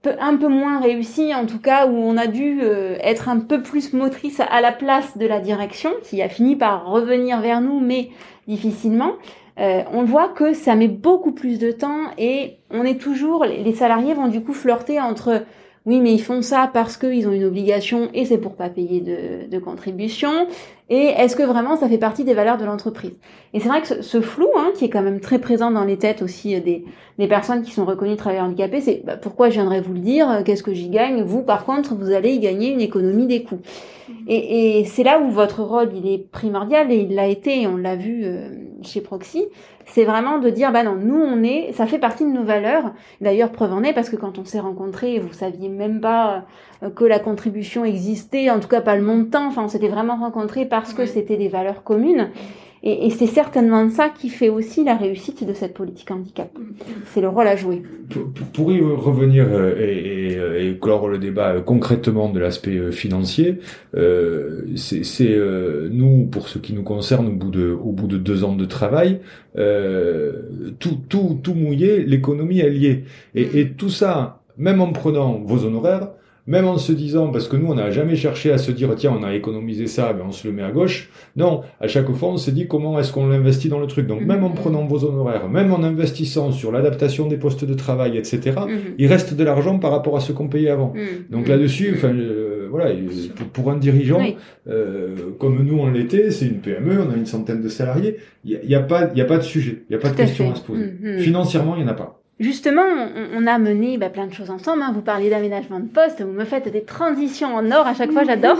peu, un peu moins réussie, en tout cas où on a dû euh, être un peu plus motrice à la place de la direction, qui a fini par revenir vers nous, mais difficilement. Euh, on voit que ça met beaucoup plus de temps et on est toujours, les salariés vont du coup flirter entre oui mais ils font ça parce qu'ils ont une obligation et c'est pour pas payer de, de contribution, et est-ce que vraiment ça fait partie des valeurs de l'entreprise. Et c'est vrai que ce, ce flou hein, qui est quand même très présent dans les têtes aussi des, des personnes qui sont reconnues travailleurs handicapés, c'est bah, pourquoi je viendrais vous le dire, qu'est-ce que j'y gagne, vous par contre vous allez y gagner une économie des coûts. Et, et c'est là où votre rôle il est primordial, et il l'a été, et on l'a vu euh, chez Proxy, c'est vraiment de dire bah non, nous on est, ça fait partie de nos valeurs. D'ailleurs preuve en est parce que quand on s'est rencontrés, vous saviez même pas euh, que la contribution existait, en tout cas pas le montant, enfin on s'était vraiment rencontrés parce que c'était des valeurs communes. Et, et c'est certainement ça qui fait aussi la réussite de cette politique handicap. C'est le rôle à jouer. Pour, pour y revenir euh, et, et, et clore le débat euh, concrètement de l'aspect euh, financier, euh, c'est, c'est euh, nous, pour ce qui nous concerne, au bout de, au bout de deux ans de travail, euh, tout, tout, tout mouillé, l'économie elle y est. Et, et tout ça, même en prenant vos honoraires, même en se disant, parce que nous, on n'a jamais cherché à se dire, tiens, on a économisé ça, ben on se le met à gauche. Non, à chaque fois, on s'est dit, comment est-ce qu'on l'investit dans le truc? Donc, même en prenant vos honoraires, même en investissant sur l'adaptation des postes de travail, et cetera, mm-hmm. il reste de l'argent par rapport à ce qu'on payait avant. Mm-hmm. Donc là-dessus, enfin, euh, voilà, pour, pour un dirigeant, oui. euh, comme nous, on l'était, c'est une P M E, on a une centaine de salariés, il n'y a, a pas, il y a pas de sujet, il n'y a pas de question à se poser. Mm-hmm. Financièrement, il n'y en a pas. Justement, on, on a mené bah, plein de choses ensemble. Hein. Vous parliez d'aménagement de poste, vous me faites des transitions en or à chaque fois, j'adore.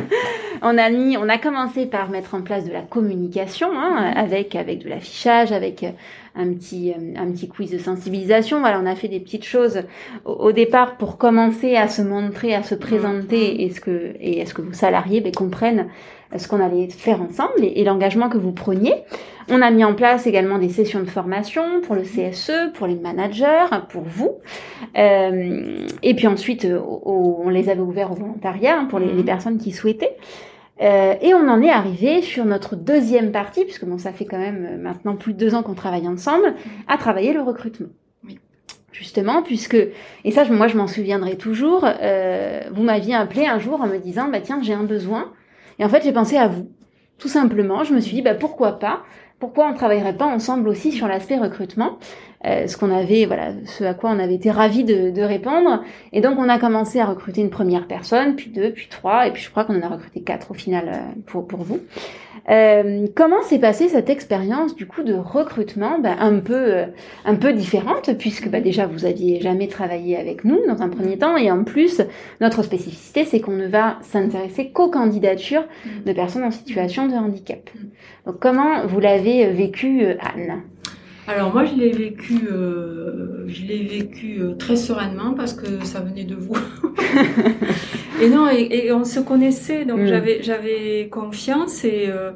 on a mis, on a commencé par mettre en place de la communication, hein, avec avec de l'affichage, avec un petit un petit quiz de sensibilisation. Voilà, on a fait des petites choses au, au départ pour commencer à se montrer, à se présenter, et ce que et est-ce que vos salariés bah, comprennent ce qu'on allait faire ensemble et, et l'engagement que vous preniez. On a mis en place également des sessions de formation pour le C S E, pour les managers, pour vous. Euh, et puis ensuite, au, on les avait ouverts au volontariat hein, pour les, les personnes qui souhaitaient. Euh, et on en est arrivé sur notre deuxième partie, puisque bon, ça fait quand même maintenant plus de deux ans qu'on travaille ensemble, à travailler le recrutement. Oui. Justement, puisque, et ça, moi, je m'en souviendrai toujours, euh, vous m'aviez appelé un jour en me disant, bah tiens, j'ai un besoin. Et en fait, j'ai pensé à vous. Tout simplement, je me suis dit, bah pourquoi pas? Pourquoi on travaillerait pas ensemble aussi sur l'aspect recrutement, euh, ce qu'on avait, voilà, ce à quoi on avait été ravis de, de répondre. Et donc on a commencé à recruter une première personne, puis deux, puis trois, et puis je crois qu'on en a recruté quatre au final euh, pour pour vous. Euh, comment s'est passée cette expérience du coup de recrutement, bah, un peu euh, un peu différente, puisque bah, déjà vous aviez jamais travaillé avec nous dans un premier temps, et en plus notre spécificité c'est qu'on ne va s'intéresser qu'aux candidatures de personnes en situation de handicap. Donc comment vous l'avez vécu, Anne? Alors moi je l'ai vécu, euh, je l'ai vécu euh, très sereinement parce que ça venait de vous. et non, et, et on se connaissait, donc mm. j'avais j'avais confiance et euh,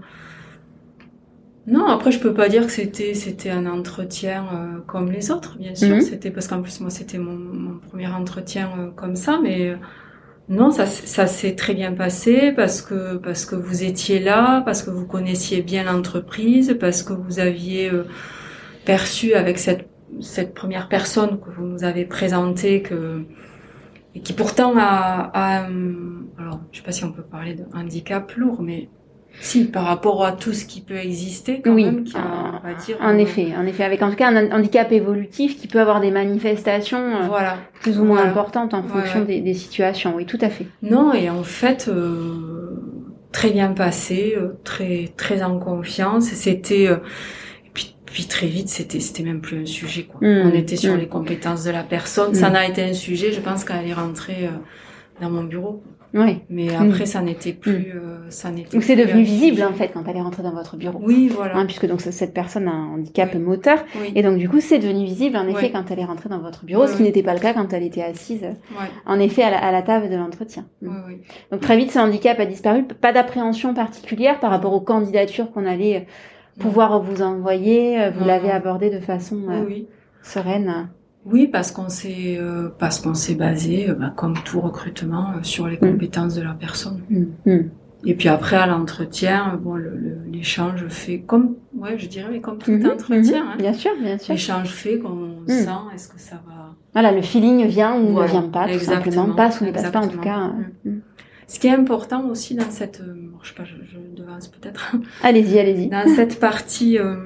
non, après je peux pas dire que c'était c'était un entretien euh, comme les autres, bien sûr. Mm. C'était parce qu'en plus moi c'était mon, mon premier entretien euh, comme ça, mais euh, non, ça ça s'est très bien passé parce que parce que vous étiez là, parce que vous connaissiez bien l'entreprise, parce que vous aviez euh, perçu avec cette cette première personne que vous nous avez présentée que et qui pourtant a, a alors je sais pas si on peut parler de handicap lourd, mais si par rapport à tout ce qui peut exister quand oui, même, qui a, on va dire en euh, effet, en effet, avec en tout cas un handicap évolutif qui peut avoir des manifestations euh, voilà, plus ou moins voilà. importantes en fonction ouais. des, des situations. Oui, tout à fait. Non, et en fait. Euh, très bien passé, euh, très très en confiance. C'était euh, puis puis très vite, c'était c'était même plus un sujet quoi. Mmh, on était sur mmh. les compétences de la personne. Mmh. Ça n'a été un sujet, je pense, quand elle est rentrée euh, dans mon bureau. Oui. Mais après, mmh. ça n'était plus, euh, ça n'était. Donc c'est devenu visible en fait quand elle est rentrée dans votre bureau. Oui, voilà. Hein, puisque donc cette personne a un handicap oui. moteur, oui. et donc du coup c'est devenu visible en effet oui. quand elle est rentrée dans votre bureau, oui, ce qui oui. n'était pas le cas quand elle était assise. Oui. En effet à la, à la table de l'entretien. Oui, oui. Donc très vite ce handicap a disparu, pas d'appréhension particulière par rapport aux candidatures qu'on allait pouvoir vous envoyer. Vous non, l'avez non. abordé de façon euh, oui. sereine. Oui, parce qu'on s'est euh, parce qu'on s'est basé, euh, bah, comme tout recrutement, euh, sur les compétences mmh. de la personne. Mmh. Et puis après à l'entretien, bon, le, le, l'échange fait comme, ouais, je dirais, mais comme tout mmh. entretien. Mmh. Hein. Bien sûr, bien sûr. L'échange fait qu'on mmh. sent, est-ce que ça va, Voilà, le feeling vient ou voilà, ne vient pas, tout simplement. Passe ou ne passe pas, en tout cas. Mmh. Ce qui est important aussi dans cette... Euh, je sais pas, je, je devance peut-être. Allez-y, allez-y. Dans cette partie euh,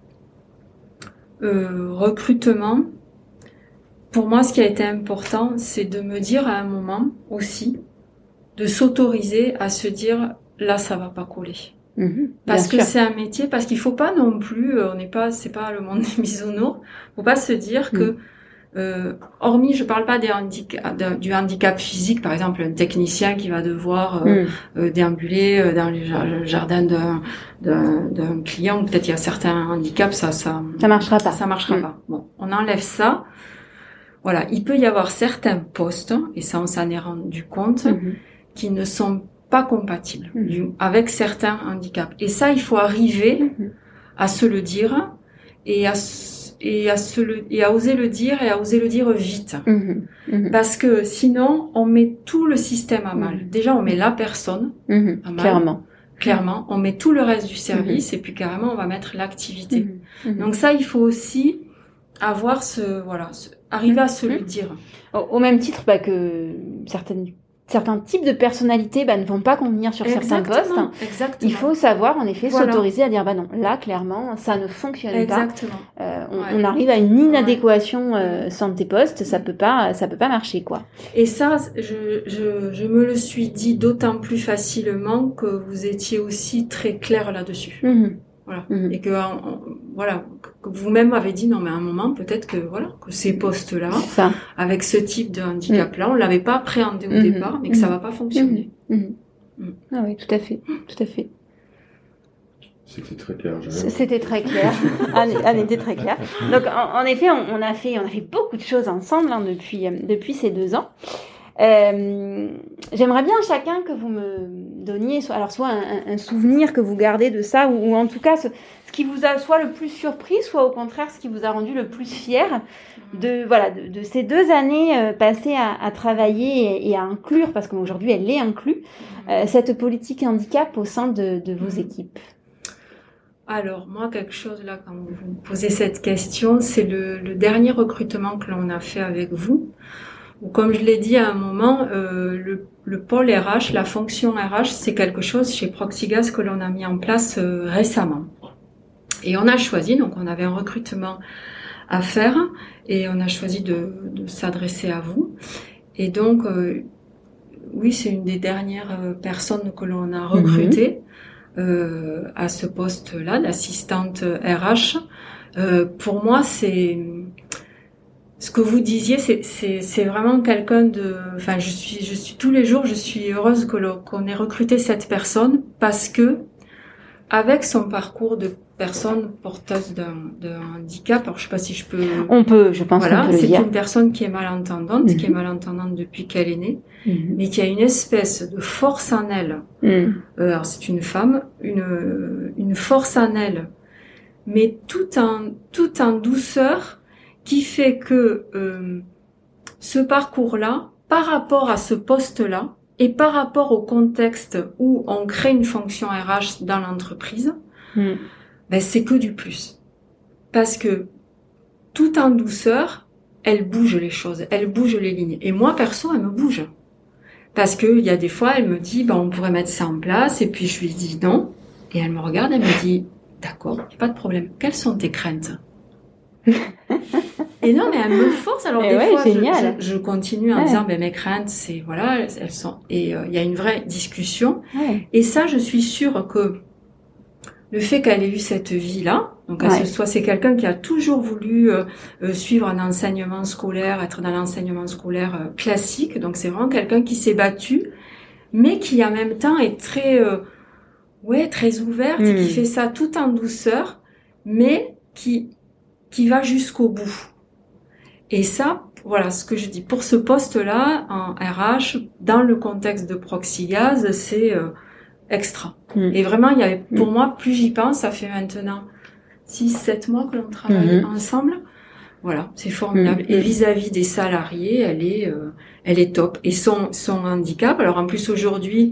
euh, recrutement, pour moi, ce qui a été important, c'est de me dire à un moment aussi, de s'autoriser à se dire, là, ça va pas coller. Mmh, parce que sûr. c'est un métier, parce qu'il faut pas non plus, on n'est pas, c'est pas le monde des bisounours, faut pas se dire que, mmh. euh, hormis, je parle pas des handicaps, de, du handicap physique, par exemple, un technicien qui va devoir euh, mmh. euh, déambuler dans le jardin d'un, d'un, d'un client, peut-être il y a certains handicaps, ça, ça, ça marchera pas. Ça marchera mmh. pas. Bon, on enlève ça. Voilà, il peut y avoir certains postes, et ça on s'en est rendu compte, mmh. qui ne sont pas compatibles mmh. du, avec certains handicaps. Et ça, il faut arriver mmh. à se le dire et à, et, à se le, et à oser le dire et à oser le dire vite. Mmh. Mmh. Parce que sinon, on met tout le système à mal. Mmh. Déjà, on met la personne mmh. à mal. Clairement. Clairement, on met tout le reste du service mmh. et puis carrément, on va mettre l'activité. Mmh. Donc ça, il faut aussi avoir ce... voilà. Ce, arriver à se mmh. le dire. Au, au même titre bah, que certaines, certains types de personnalités bah, ne vont pas convenir sur exactement, certains postes. Exactement. Il faut savoir, en effet, voilà. s'autoriser à dire bah non, là, clairement, ça ne fonctionne exactement. pas. Euh, on, ouais. on arrive à une inadéquation euh, santé poste, ça peut pas, ça peut pas marcher, quoi. Et ça, je, je, je me le suis dit d'autant plus facilement que vous étiez aussi très clair là-dessus. Mmh. Voilà. Mmh. Et que, on, voilà, que vous-même avez dit, non, mais à un moment, peut-être que, voilà, que ces postes-là, ça. avec ce type de handicap-là, mmh. on l'avait pas appréhendé au mmh. départ, mais que mmh. ça va pas fonctionner. Mmh. Mmh. Ah oui, tout à fait, tout à fait. C'était très clair. C'était très clair. Elle était très claire. Donc, en, en effet, on, on a fait, on a fait beaucoup de choses ensemble hein, depuis, depuis ces deux ans. Euh, j'aimerais bien chacun que vous me donniez, soit, alors soit un, un souvenir que vous gardez de ça, ou, ou en tout cas ce, ce qui vous a soit le plus surpris, soit au contraire ce qui vous a rendu le plus fier de voilà de, de ces deux années euh, passées à, à travailler et, et à inclure, parce qu'aujourd'hui elle est inclue, euh, cette politique handicap au sein de, de vos équipes. Alors moi, quelque chose là, quand vous me posez cette question, c'est le, le dernier recrutement que l'on a fait avec vous. Comme je l'ai dit à un moment, euh, le, le pôle R H, la fonction R H, c'est quelque chose chez Proxigaz que l'on a mis en place euh, récemment. Et on a choisi, donc on avait un recrutement à faire, et on a choisi de, de s'adresser à vous. Et donc, euh, oui, c'est une des dernières personnes que l'on a recrutées mmh. euh, à ce poste-là, d'assistante R H. Euh, pour moi, c'est... Ce que vous disiez, c'est, c'est, c'est vraiment quelqu'un de, enfin, je suis, je suis tous les jours, je suis heureuse que l'on, qu'on ait recruté cette personne parce que, avec son parcours de personne porteuse d'un, d'un handicap, alors je sais pas si je peux. On peut, je pense voilà, qu'on peut le c'est dire. une personne qui est malentendante, Mm-hmm. qui est malentendante depuis qu'elle est née, mm-hmm. mais qui a une espèce de force en elle. Mm. Euh, alors c'est une femme, une, une force en elle, mais tout en, tout en douceur. Qui fait que euh, ce parcours-là, par rapport à ce poste-là, et par rapport au contexte où on crée une fonction R H dans l'entreprise, mmh. ben c'est que du plus. Parce que tout en douceur, elle bouge les choses, elle bouge les lignes. Et moi, perso, elle me bouge. Parce que il y a des fois, elle me dit, ben, on pourrait mettre ça en place, et puis je lui dis non. Et elle me regarde, elle me dit, d'accord, pas de problème. Quelles sont tes craintes? Et non, mais elle me force. Alors, et des ouais, fois, je, je, je continue en ouais. disant, ben, mes craintes, c'est, voilà, elles sont, et il euh, y a une vraie discussion. Ouais. Et ça, je suis sûre que le fait qu'elle ait eu cette vie-là, donc, ouais. soit c'est quelqu'un qui a toujours voulu euh, euh, suivre un enseignement scolaire, être dans l'enseignement scolaire euh, classique. Donc, c'est vraiment quelqu'un qui s'est battu, mais qui, en même temps, est très, euh, ouais, très ouverte, mmh. qui fait ça tout en douceur, mais qui, qui va jusqu'au bout. Et ça, voilà ce que je dis. Pour ce poste-là, en R H, dans le contexte de Proxigaz, c'est euh, extra. Mmh. Et vraiment, il y avait, pour mmh. moi, plus j'y pense, ça fait maintenant six sept mois que l'on travaille mmh. ensemble. Voilà, c'est formidable. Mmh. Et vis-à-vis des salariés, elle est, euh, elle est top. Et son, son handicap, alors en plus aujourd'hui,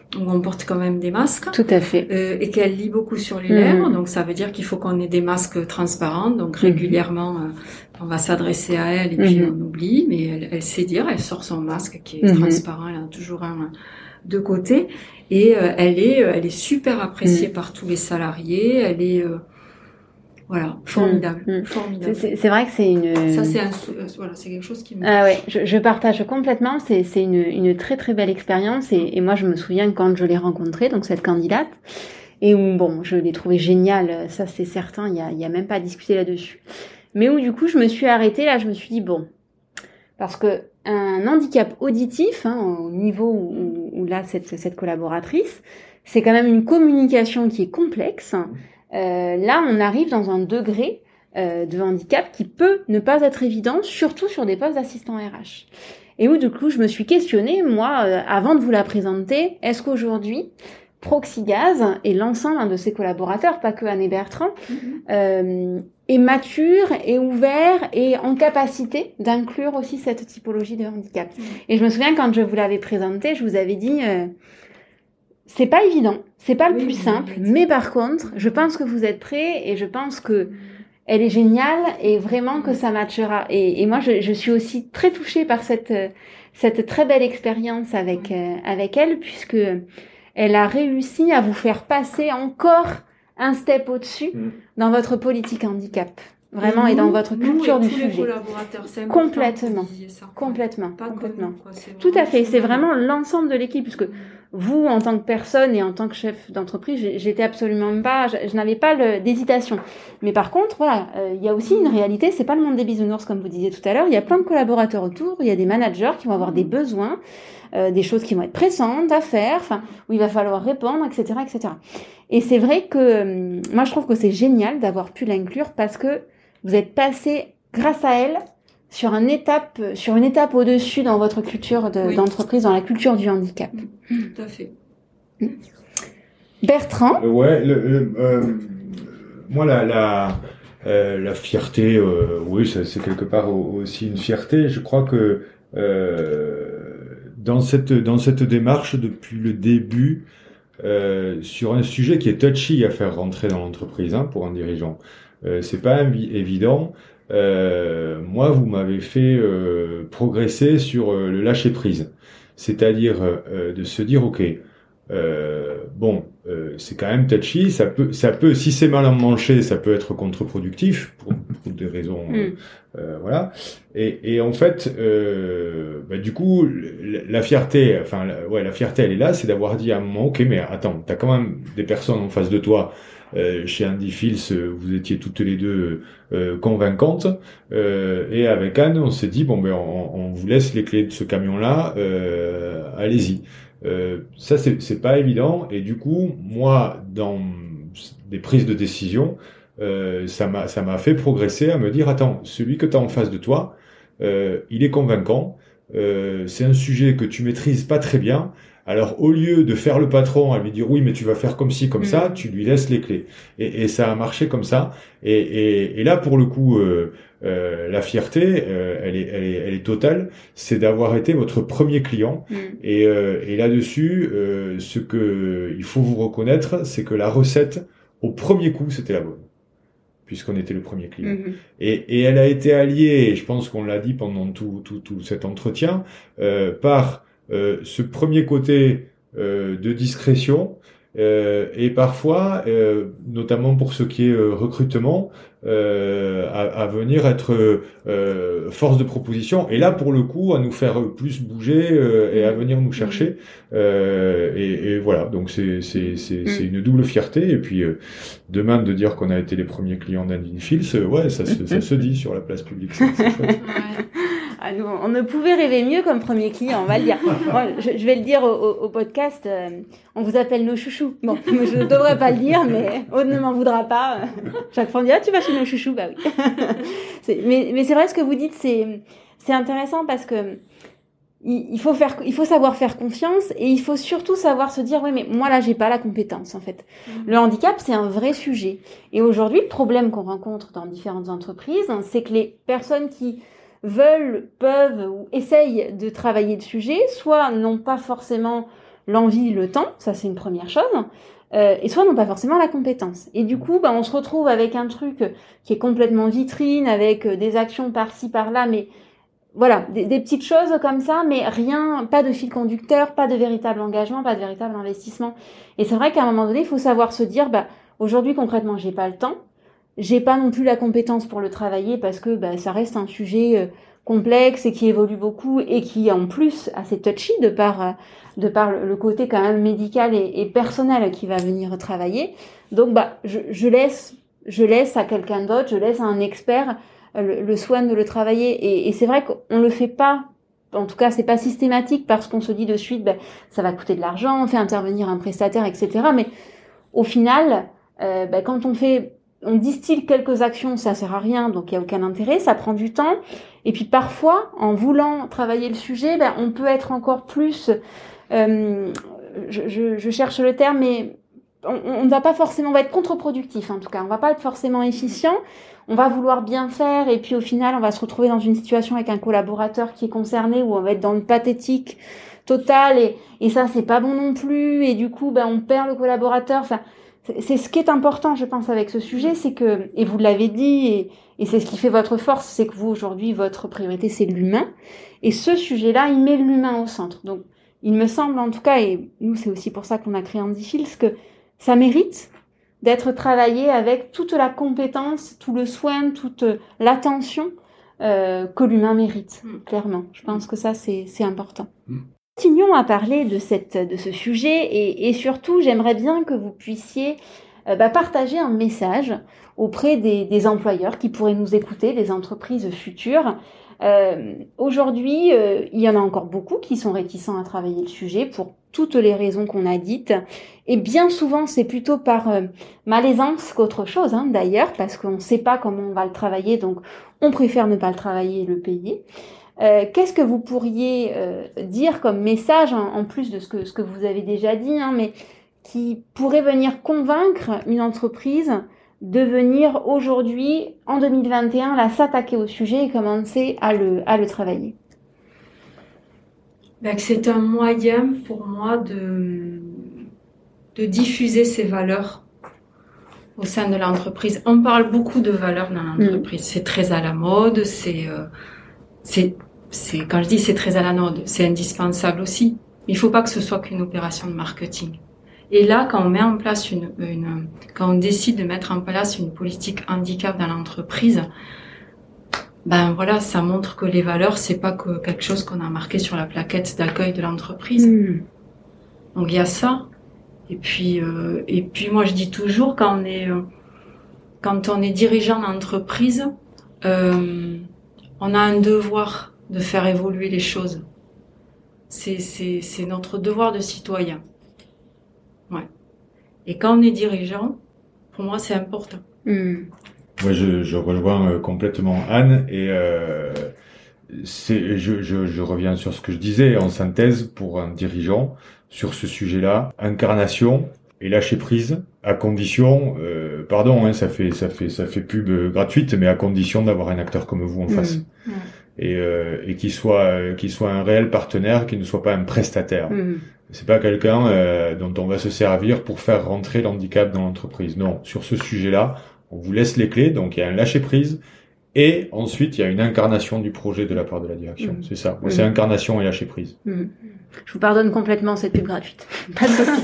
où on porte quand même des masques. Tout à fait. Euh, et qu'elle lit beaucoup sur les Mmh. lèvres. Donc ça veut dire qu'il faut qu'on ait des masques transparents. Donc régulièrement, euh, on va s'adresser à elle et puis Mmh. on oublie. Mais elle, elle sait dire, elle sort son masque qui est Mmh. transparent. Elle en a toujours un de côté. Et euh, elle est, elle est super appréciée mmh. par tous les salariés. Elle est, euh, voilà, formidable, mmh. formidable. C'est, c'est vrai que c'est une. Ça c'est un, voilà, c'est quelque chose qui me. Ah ouais, je, je partage complètement. C'est, c'est une, une très très belle expérience. Et, et moi, je me souviens quand je l'ai rencontrée, donc cette candidate, et où bon, je l'ai trouvée géniale. Ça c'est certain. Il y a, il y a même pas à discuter là-dessus. Mais où du coup, je me suis arrêtée là. Je me suis dit bon, parce que un handicap auditif, hein, au niveau où, où là cette, cette collaboratrice, c'est quand même une communication qui est complexe. Euh, là, on arrive dans un degré euh, de handicap qui peut ne pas être évident, surtout sur des postes d'assistant R H. Et où du coup, je me suis questionnée, moi, euh, avant de vous la présenter, est-ce qu'aujourd'hui, Proxigaz et l'ensemble de ses collaborateurs, pas que Anne et Bertrand, mm-hmm. euh, est mature, est ouvert et en capacité d'inclure aussi cette typologie de handicap. Mm-hmm. Et je me souviens quand je vous l'avais présenté, je vous avais dit, euh, c'est pas évident, c'est pas le oui, plus simple, oui, mais par contre, je pense que vous êtes prêts et je pense que mm-hmm. elle est géniale et vraiment que ça matchera. Et, et moi, je, je suis aussi très touchée par cette cette très belle expérience avec euh, avec elle, puisque elle a réussi à vous faire passer encore un step au-dessus mmh. dans votre politique handicap. Vraiment, et, nous, et dans votre culture du sujet. Complètement. Ça, complètement. Pas complètement. Nous, quoi, tout à fait. C'est vraiment l'ensemble de l'équipe, puisque vous, en tant que personne et en tant que chef d'entreprise, j'étais absolument pas, je, je n'avais pas le, d'hésitation. Mais par contre, voilà, euh, il y a aussi une réalité, c'est pas le monde des bisounours, comme vous disiez tout à l'heure. Il y a plein de collaborateurs autour, il y a des managers qui vont avoir des besoins, euh, des choses qui vont être pressantes à faire, enfin, où il va falloir répondre, et cetera, et cetera. Et c'est vrai que, euh, moi, je trouve que c'est génial d'avoir pu l'inclure parce que vous êtes passé, grâce à elle, sur, un étape, sur une étape au-dessus dans votre culture de, oui. d'entreprise, dans la culture du handicap. Tout à fait. Bertrand euh, Ouais, le, le, euh, moi, la, la, euh, la fierté, euh, oui, ça, c'est quelque part aussi une fierté. Je crois que euh, dans, cette, dans cette démarche, depuis le début, euh, sur un sujet qui est touchy à faire rentrer dans l'entreprise hein, pour un dirigeant, Euh, c'est pas invi- évident. Euh, moi, vous m'avez fait euh, progresser sur euh, le lâcher prise, c'est-à-dire euh, de se dire, ok, euh, bon, euh, c'est quand même touchy. Ça peut, ça peut, si c'est mal emmanché, ça peut être contre-productif pour, pour des raisons, mm. euh, euh, voilà. Et, et en fait, euh, bah, du coup, la, la fierté, enfin, la, ouais, la fierté, elle est là, c'est d'avoir dit à un moment, ok, mais attends, t'as quand même des personnes en face de toi. Euh, chez Andy Fils, vous étiez toutes les deux euh, convaincantes, euh, et avec Anne, on s'est dit bon ben on, on vous laisse les clés de ce camion-là, euh, allez-y. Euh, ça c'est, c'est pas évident, et du coup moi dans des prises de décision, euh, ça m'a ça m'a fait progresser à me dire attends, celui que t'as en face de toi, euh, il est convaincant, euh, c'est un sujet que tu maîtrises pas très bien. Alors, au lieu de faire le patron à lui dire oui, mais tu vas faire comme ci, comme mmh. ça, tu lui laisses les clés. Et, et ça a marché comme ça. Et, et, et là, pour le coup, euh, euh, la fierté, euh, elle, est, elle, est, elle est totale. C'est d'avoir été votre premier client. Mmh. Et, euh, et là-dessus, euh, ce que il faut vous reconnaître, c'est que la recette, au premier coup, c'était la bonne, puisqu'on était le premier client. Mmh. Et, et elle a été alliée, et je pense qu'on l'a dit pendant tout, tout, tout cet entretien, euh, par Euh, ce premier côté euh, de discrétion euh, et parfois, euh, notamment pour ce qui est euh, recrutement, euh, à, à venir être euh, force de proposition et là pour le coup à nous faire plus bouger euh, et à venir nous chercher euh, et, et voilà donc c'est c'est c'est, c'est une double fierté et puis euh, demain de dire qu'on a été les premiers clients d'Andy Fils, euh, ouais ça se ça se dit sur la place publique, c'est, c'est chouette. Ah, nous, on ne pouvait rêver mieux comme premier client, on va le dire. Bon, je, je vais le dire au, au, au podcast, euh, on vous appelle nos chouchous. Bon, je ne devrais pas le dire, mais Aude ne m'en voudra pas. Chaque fois on dit, ah, tu vas chez nos chouchous, bah oui. c'est, mais, mais c'est vrai ce que vous dites, c'est, c'est intéressant parce que il, il faut faire, il faut savoir faire confiance et il faut surtout savoir se dire, oui, mais moi là, j'ai pas la compétence, en fait. Mmh. Le handicap, c'est un vrai sujet. Et aujourd'hui, le problème qu'on rencontre dans différentes entreprises, c'est que les personnes qui veulent, peuvent ou essayent de travailler le sujet, soit n'ont pas forcément l'envie, le temps, ça c'est une première chose, euh, et soit n'ont pas forcément la compétence. Et du coup, bah, on se retrouve avec un truc qui est complètement vitrine, avec des actions par-ci, par-là, mais voilà, des, des petites choses comme ça, mais rien, pas de fil conducteur, pas de véritable engagement, pas de véritable investissement. Et c'est vrai qu'à un moment donné, il faut savoir se dire, bah, aujourd'hui concrètement, j'ai pas le temps, j'ai pas non plus la compétence pour le travailler parce que bah, ça reste un sujet euh, complexe et qui évolue beaucoup et qui en plus assez touchy de par de par le côté quand même médical et, et personnel qui va venir travailler. Donc bah je, je laisse je laisse à quelqu'un d'autre, je laisse à un expert le, le soin de le travailler et, et c'est vrai qu'on le fait pas. En tout cas, c'est pas systématique parce qu'on se dit de suite, ben, ça va coûter de l'argent, on fait intervenir un prestataire, et cetera. Mais au final, euh, ben, quand on fait on distille quelques actions, ça sert à rien, donc il y a aucun intérêt, ça prend du temps. Et puis parfois, en voulant travailler le sujet, ben, on peut être encore plus, euh, je, je, je cherche le terme, mais on ne va pas forcément, on va être contre-productif en tout cas, on va pas être forcément efficient, on va vouloir bien faire et puis au final, on va se retrouver dans une situation avec un collaborateur qui est concerné où on va être dans le pathétique total et, et ça, c'est pas bon non plus et du coup, ben, on perd le collaborateur, enfin, c'est ce qui est important, je pense, avec ce sujet, c'est que, et vous l'avez dit, et, et c'est ce qui fait votre force, c'est que vous, aujourd'hui, votre priorité, c'est l'humain. Et ce sujet-là, il met l'humain au centre. Donc, il me semble, en tout cas, et nous, c'est aussi pour ça qu'on a créé Handifils, que ça mérite d'être travaillé avec toute la compétence, tout le soin, toute l'attention euh, que l'humain mérite, clairement. Je pense que ça, c'est c'est important. Mm. Continuons à parler de cette de ce sujet et, et surtout j'aimerais bien que vous puissiez euh, bah, partager un message auprès des, des employeurs qui pourraient nous écouter, des entreprises futures. Euh, aujourd'hui, euh, il y en a encore beaucoup qui sont réticents à travailler le sujet pour toutes les raisons qu'on a dites. Et bien souvent, c'est plutôt par euh, malaisance qu'autre chose, hein, d'ailleurs, parce qu'on ne sait pas comment on va le travailler, donc on préfère ne pas le travailler et le payer. Euh, qu'est-ce que vous pourriez euh, dire comme message, en, en plus de ce que, ce que vous avez déjà dit, hein, mais qui pourrait venir convaincre une entreprise de venir aujourd'hui, en deux mille vingt et un, là, s'attaquer au sujet et commencer à le, à le travailler? Ben, c'est un moyen pour moi de, de diffuser ces valeurs au sein de l'entreprise. On parle beaucoup de valeurs dans l'entreprise. Mmh. C'est très à la mode, c'est... Euh, c'est C'est, quand je dis c'est très à la mode, c'est indispensable aussi. Il faut pas que ce soit qu'une opération de marketing. Et là, quand on met en place une, une, quand on décide de mettre en place une politique handicap dans l'entreprise, ben voilà, ça montre que les valeurs, c'est pas que quelque chose qu'on a marqué sur la plaquette d'accueil de l'entreprise. Mmh. Donc il y a ça. Et puis, euh, et puis moi je dis toujours quand on est, euh, quand on est dirigeant d'entreprise, euh, on a un devoir de faire évoluer les choses. C'est, c'est, c'est notre devoir de citoyen. Ouais. Et quand on est dirigeant, pour moi, c'est important. Mmh. Ouais, je, je rejoins euh, complètement Anne et euh, c'est, je, je, je reviens sur ce que je disais en synthèse pour un dirigeant sur ce sujet-là. Incarnation et lâcher prise à condition, euh, pardon, hein, ça fait, ça fait, ça fait pub gratuite, mais à condition d'avoir un acteur comme vous en face. Mmh. Et, euh, et qui soit euh, qui soit un réel partenaire, qui ne soit pas un prestataire. Mmh. C'est pas quelqu'un euh, dont on va se servir pour faire rentrer l'handicap dans l'entreprise. Non, sur ce sujet-là, on vous laisse les clés, donc il y a un lâcher prise et ensuite il y a une incarnation du projet de la part de la direction. Mmh. C'est ça. Moi, mmh. c'est incarnation et lâcher prise. Mmh. Je vous pardonne complètement cette pub gratuite. Pas de souci.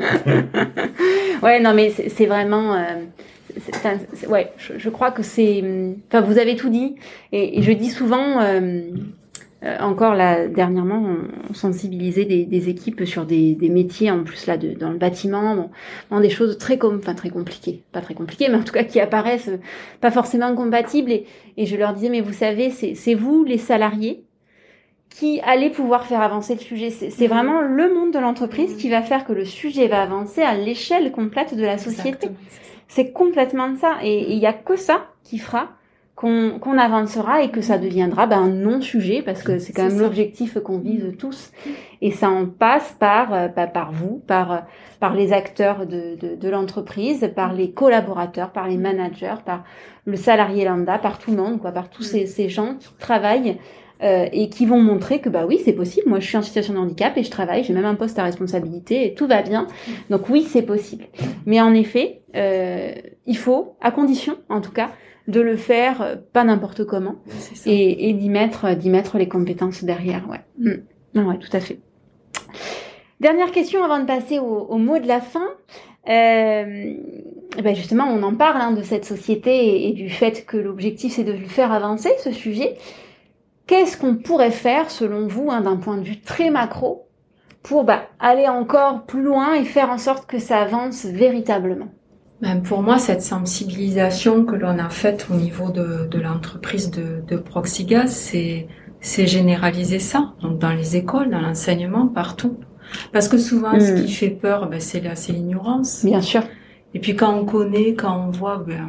Ouais, non mais c'est, c'est vraiment. Euh... C'est un, c'est, ouais, je, je crois que c'est. Enfin, vous avez tout dit, et, et je dis souvent, euh, euh, encore là dernièrement, on, on sensibilisait des, des équipes sur des, des métiers en plus là de, dans le bâtiment, bon, bon, des choses très com, enfin très compliquées, pas très compliquées, mais en tout cas qui apparaissent pas forcément compatibles. Et, et je leur disais, mais vous savez, c'est, c'est vous les salariés qui allez pouvoir faire avancer le sujet. C'est, c'est vraiment le monde de l'entreprise qui va faire que le sujet va avancer à l'échelle complète de la société. Exactement. C'est complètement de ça. Et il y a que ça qui fera qu'on, qu'on avancera et que ça deviendra ben, un non-sujet parce que c'est quand c'est même ça. L'objectif qu'on vise tous. Et ça en passe par, euh, par vous, par, par les acteurs de, de, de l'entreprise, par les collaborateurs, par les managers, par le salarié lambda, par tout le monde, quoi, par tous ces, ces gens qui travaillent euh, et qui vont montrer que bah oui, c'est possible. Moi, je suis en situation de handicap et je travaille, j'ai même un poste à responsabilité et tout va bien. Donc oui, c'est possible. Mais en effet, euh, il faut, à condition, en tout cas, de le faire euh, pas n'importe comment et, et d'y mettre, d'y mettre les compétences derrière. Ouais, mmh. Non, ouais, tout à fait. Dernière question avant de passer au, au mot de la fin. Euh, ben justement, on en parle hein, de cette société et, et du fait que l'objectif c'est de le faire avancer ce sujet. Qu'est-ce qu'on pourrait faire selon vous, hein, d'un point de vue très macro, pour bah, aller encore plus loin et faire en sorte que ça avance véritablement? Ben pour moi, cette sensibilisation que l'on a faite au niveau de, de l'entreprise de, de Proxigaz, c'est, c'est généraliser ça. Donc dans les écoles, dans l'enseignement, partout. Parce que souvent, mmh. ce qui fait peur, ben, c'est, la, c'est l'ignorance. Bien sûr. Et puis quand on connaît, quand on voit, ben,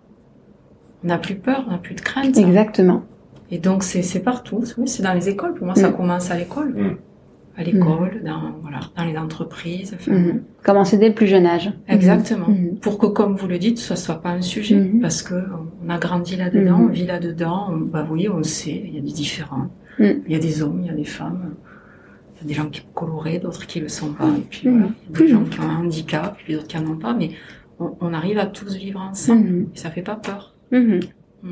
on n'a plus peur, on n'a plus de crainte. Exactement. Et donc c'est, c'est partout. C'est dans les écoles. Pour moi, mmh. ça commence à l'école. Mmh. À l'école, mmh. dans, voilà, dans les entreprises. Enfin, mmh. Commencer dès le plus jeune âge. Exactement. Mmh. Pour que, comme vous le dites, ce soit pas un sujet. Mmh. Parce que on a grandi là-dedans, mmh. on vit là-dedans. On, bah oui, on le sait, il y a des différents. Mmh. Il y a des hommes, il y a des femmes. Il y a des gens qui sont colorés, d'autres qui le sont pas. Et puis mmh. voilà, il y a des mmh. gens qui ont un handicap, puis d'autres qui en ont pas. Mais on, on arrive à tous vivre ensemble. Mmh. Et ça fait pas peur. Mmh. Mmh.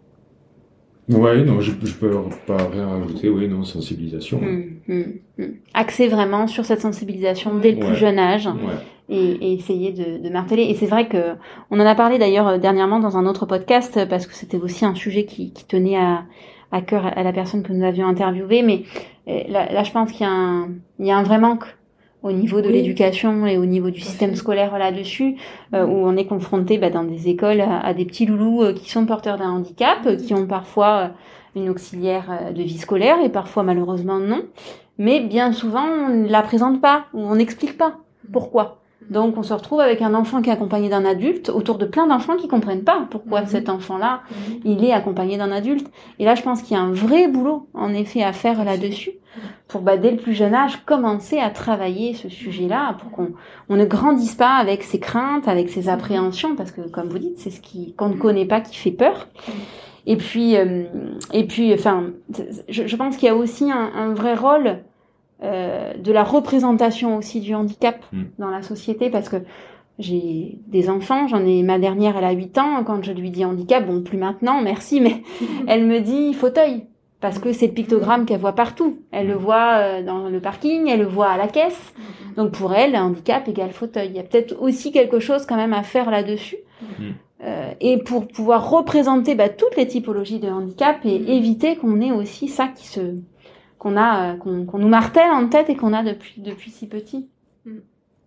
Ouais, non, je, je peux pas rien rajouter. Oui, non, sensibilisation. Mmh, mmh, mmh. Axer vraiment sur cette sensibilisation dès le ouais. plus jeune âge ouais. et, et essayer de, de marteler. Et c'est vrai que on en a parlé d'ailleurs dernièrement dans un autre podcast parce que c'était aussi un sujet qui, qui tenait à, à cœur à la personne que nous avions interviewée. Mais là, là je pense qu'il y a un, il y a un vrai manque au niveau de oui. l'éducation et au niveau du système scolaire là-dessus, euh, où on est confronté bah, dans des écoles à, à des petits loulous euh, qui sont porteurs d'un handicap, euh, qui ont parfois euh, une auxiliaire euh, de vie scolaire et parfois malheureusement non. Mais bien souvent, on ne la présente pas, ou on n'explique pas pourquoi. Donc on se retrouve avec un enfant qui est accompagné d'un adulte autour de plein d'enfants qui comprennent pas pourquoi mmh. cet enfant-là, mmh. il est accompagné d'un adulte. Et là, je pense qu'il y a un vrai boulot, en effet, à faire là-dessus pour, bah, dès le plus jeune âge, commencer à travailler ce sujet-là pour qu'on on ne grandisse pas avec ses craintes, avec ses appréhensions, parce que, comme vous dites, c'est ce qui, qu'on ne connaît pas qui fait peur. Et puis, euh, et puis, enfin, je, je pense qu'il y a aussi un, un vrai rôle Euh, de la représentation aussi du handicap mmh. dans la société, parce que j'ai des enfants, j'en ai ma dernière, elle a huit ans, quand je lui dis handicap, bon plus maintenant, merci, mais elle me dit fauteuil, parce que c'est le pictogramme qu'elle voit partout, elle le voit euh, dans le parking, elle le voit à la caisse, donc pour elle, handicap égale fauteuil. Il y a peut-être aussi quelque chose quand même à faire là-dessus, mmh. euh, et pour pouvoir représenter bah, toutes les typologies de handicap et mmh. éviter qu'on ait aussi ça qui se... qu'on a, qu'on, qu'on nous martèle en tête et qu'on a depuis, depuis si petit. Mm.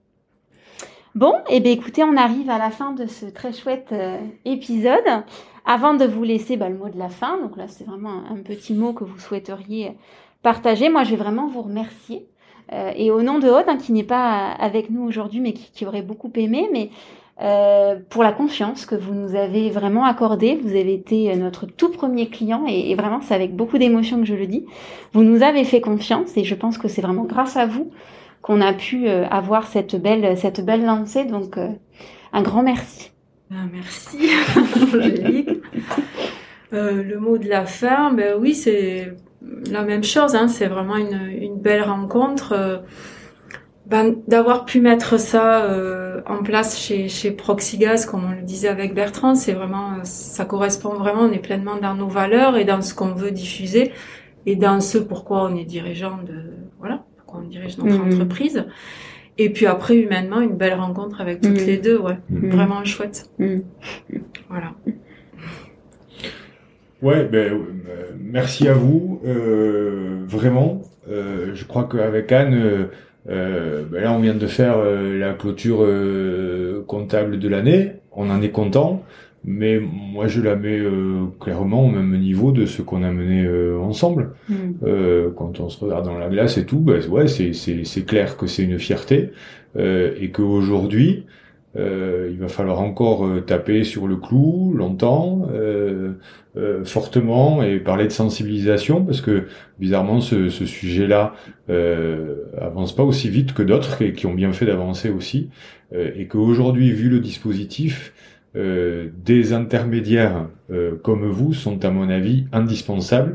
Bon, et eh bien écoutez, on arrive à la fin de ce très chouette euh, épisode. Avant de vous laisser bah, le mot de la fin, donc là c'est vraiment un, un petit mot que vous souhaiteriez partager. Moi je vais vraiment vous remercier. Euh, et au nom de Aude, hein, qui n'est pas avec nous aujourd'hui, mais qui, qui aurait beaucoup aimé, mais Euh, pour la confiance que vous nous avez vraiment accordée. Vous avez été notre tout premier client et, et vraiment c'est avec beaucoup d'émotion que je le dis. Vous nous avez fait confiance et je pense que c'est vraiment grâce à vous qu'on a pu euh, avoir cette belle, cette belle lancée. Donc euh, un grand merci. Ah, merci Angélique. euh, le mot de la fin, ben oui, c'est la même chose. Hein, c'est vraiment une, une belle rencontre. Euh, Ben, d'avoir pu mettre ça euh, en place chez, chez Proxigaz, comme on le disait avec Bertrand, c'est vraiment, ça correspond vraiment, on est pleinement dans nos valeurs et dans ce qu'on veut diffuser et dans ce pourquoi on est dirigeant de, voilà, pourquoi on dirige notre mmh. entreprise. Et puis après, humainement, une belle rencontre avec toutes mmh. les deux, ouais, mmh. vraiment chouette. Mmh. Voilà. Ouais, ben, euh, merci à vous, euh, vraiment. Euh, je crois qu'avec Anne, euh, Euh, ben là, on vient de faire euh, la clôture euh, comptable de l'année. On en est content, mais moi, je la mets euh, clairement au même niveau de ce qu'on a mené euh, ensemble. Mmh. Euh, quand on se regarde dans la glace et tout, ben ouais, c'est c'est c'est clair que c'est une fierté euh, et qu'aujourd'hui, euh, il va falloir encore euh, taper sur le clou longtemps, euh, euh, fortement et parler de sensibilisation parce que bizarrement ce, ce sujet-là euh, avance pas aussi vite que d'autres qui, qui ont bien fait d'avancer aussi euh, et qu'aujourd'hui vu le dispositif, euh, des intermédiaires euh, comme vous sont à mon avis indispensables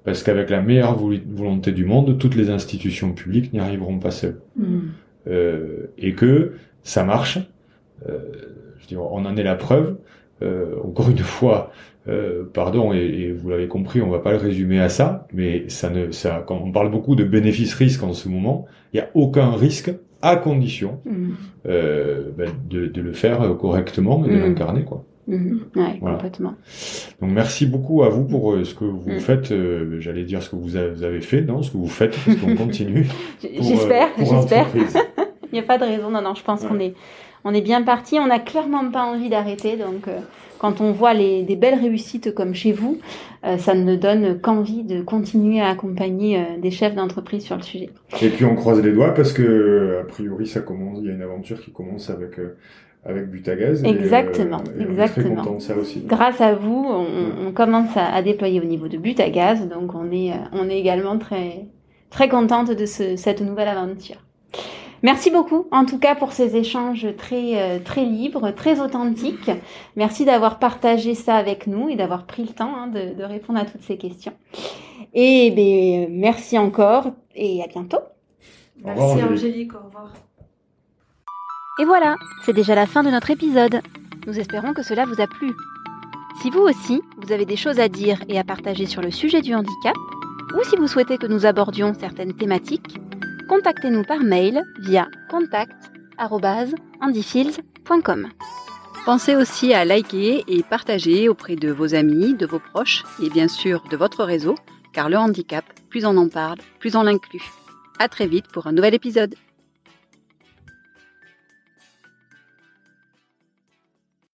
Parce qu'avec la meilleure volonté du monde, toutes les institutions publiques n'y arriveront pas seules. Mmh. Euh, et que ça marche. Euh, je veux dire, on en est la preuve. Euh, encore une fois, euh, pardon, et, et vous l'avez compris, on va pas le résumer à ça, mais ça ne, ça, quand on parle beaucoup de bénéfices-risques en ce moment, il y a aucun risque à condition mmh. euh, ben de, de le faire correctement et de mmh. l'incarner, quoi. Mmh. Ouais, voilà. Complètement. Donc merci beaucoup à vous pour euh, ce que vous mmh. faites. Euh, j'allais dire ce que vous avez fait, non, ce que vous faites, parce qu'on continue. Pour, j'espère, euh, pour j'espère. Il n'y a pas de raison. Non, non, je pense ouais. qu'on est, on est bien parti. On n'a clairement pas envie d'arrêter. Donc, euh, quand on voit les, des belles réussites comme chez vous, euh, ça ne donne qu'envie de continuer à accompagner euh, des chefs d'entreprise sur le sujet. Et puis on croise les doigts parce que a priori ça commence. Il y a une aventure qui commence avec. Euh, Avec Butagaz. Exactement, et, euh, et exactement. On est très content de ça aussi. Grâce à vous, on, ouais. on commence à, à déployer au niveau de Butagaz, donc on est, on est également très, très contente de ce, cette nouvelle aventure. Merci beaucoup, en tout cas, pour ces échanges très, très libres, très authentiques. Merci d'avoir partagé ça avec nous et d'avoir pris le temps hein, de, de répondre à toutes ces questions. Et ben, merci encore et à bientôt. Merci au revoir, Angélique, au revoir. Et voilà, c'est déjà la fin de notre épisode. Nous espérons que cela vous a plu. Si vous aussi, vous avez des choses à dire et à partager sur le sujet du handicap, ou si vous souhaitez que nous abordions certaines thématiques, contactez-nous par mail via contact arobase handifields point com. Pensez aussi à liker et partager auprès de vos amis, de vos proches et bien sûr de votre réseau, car le handicap, plus on en parle, plus on l'inclut. À très vite pour un nouvel épisode.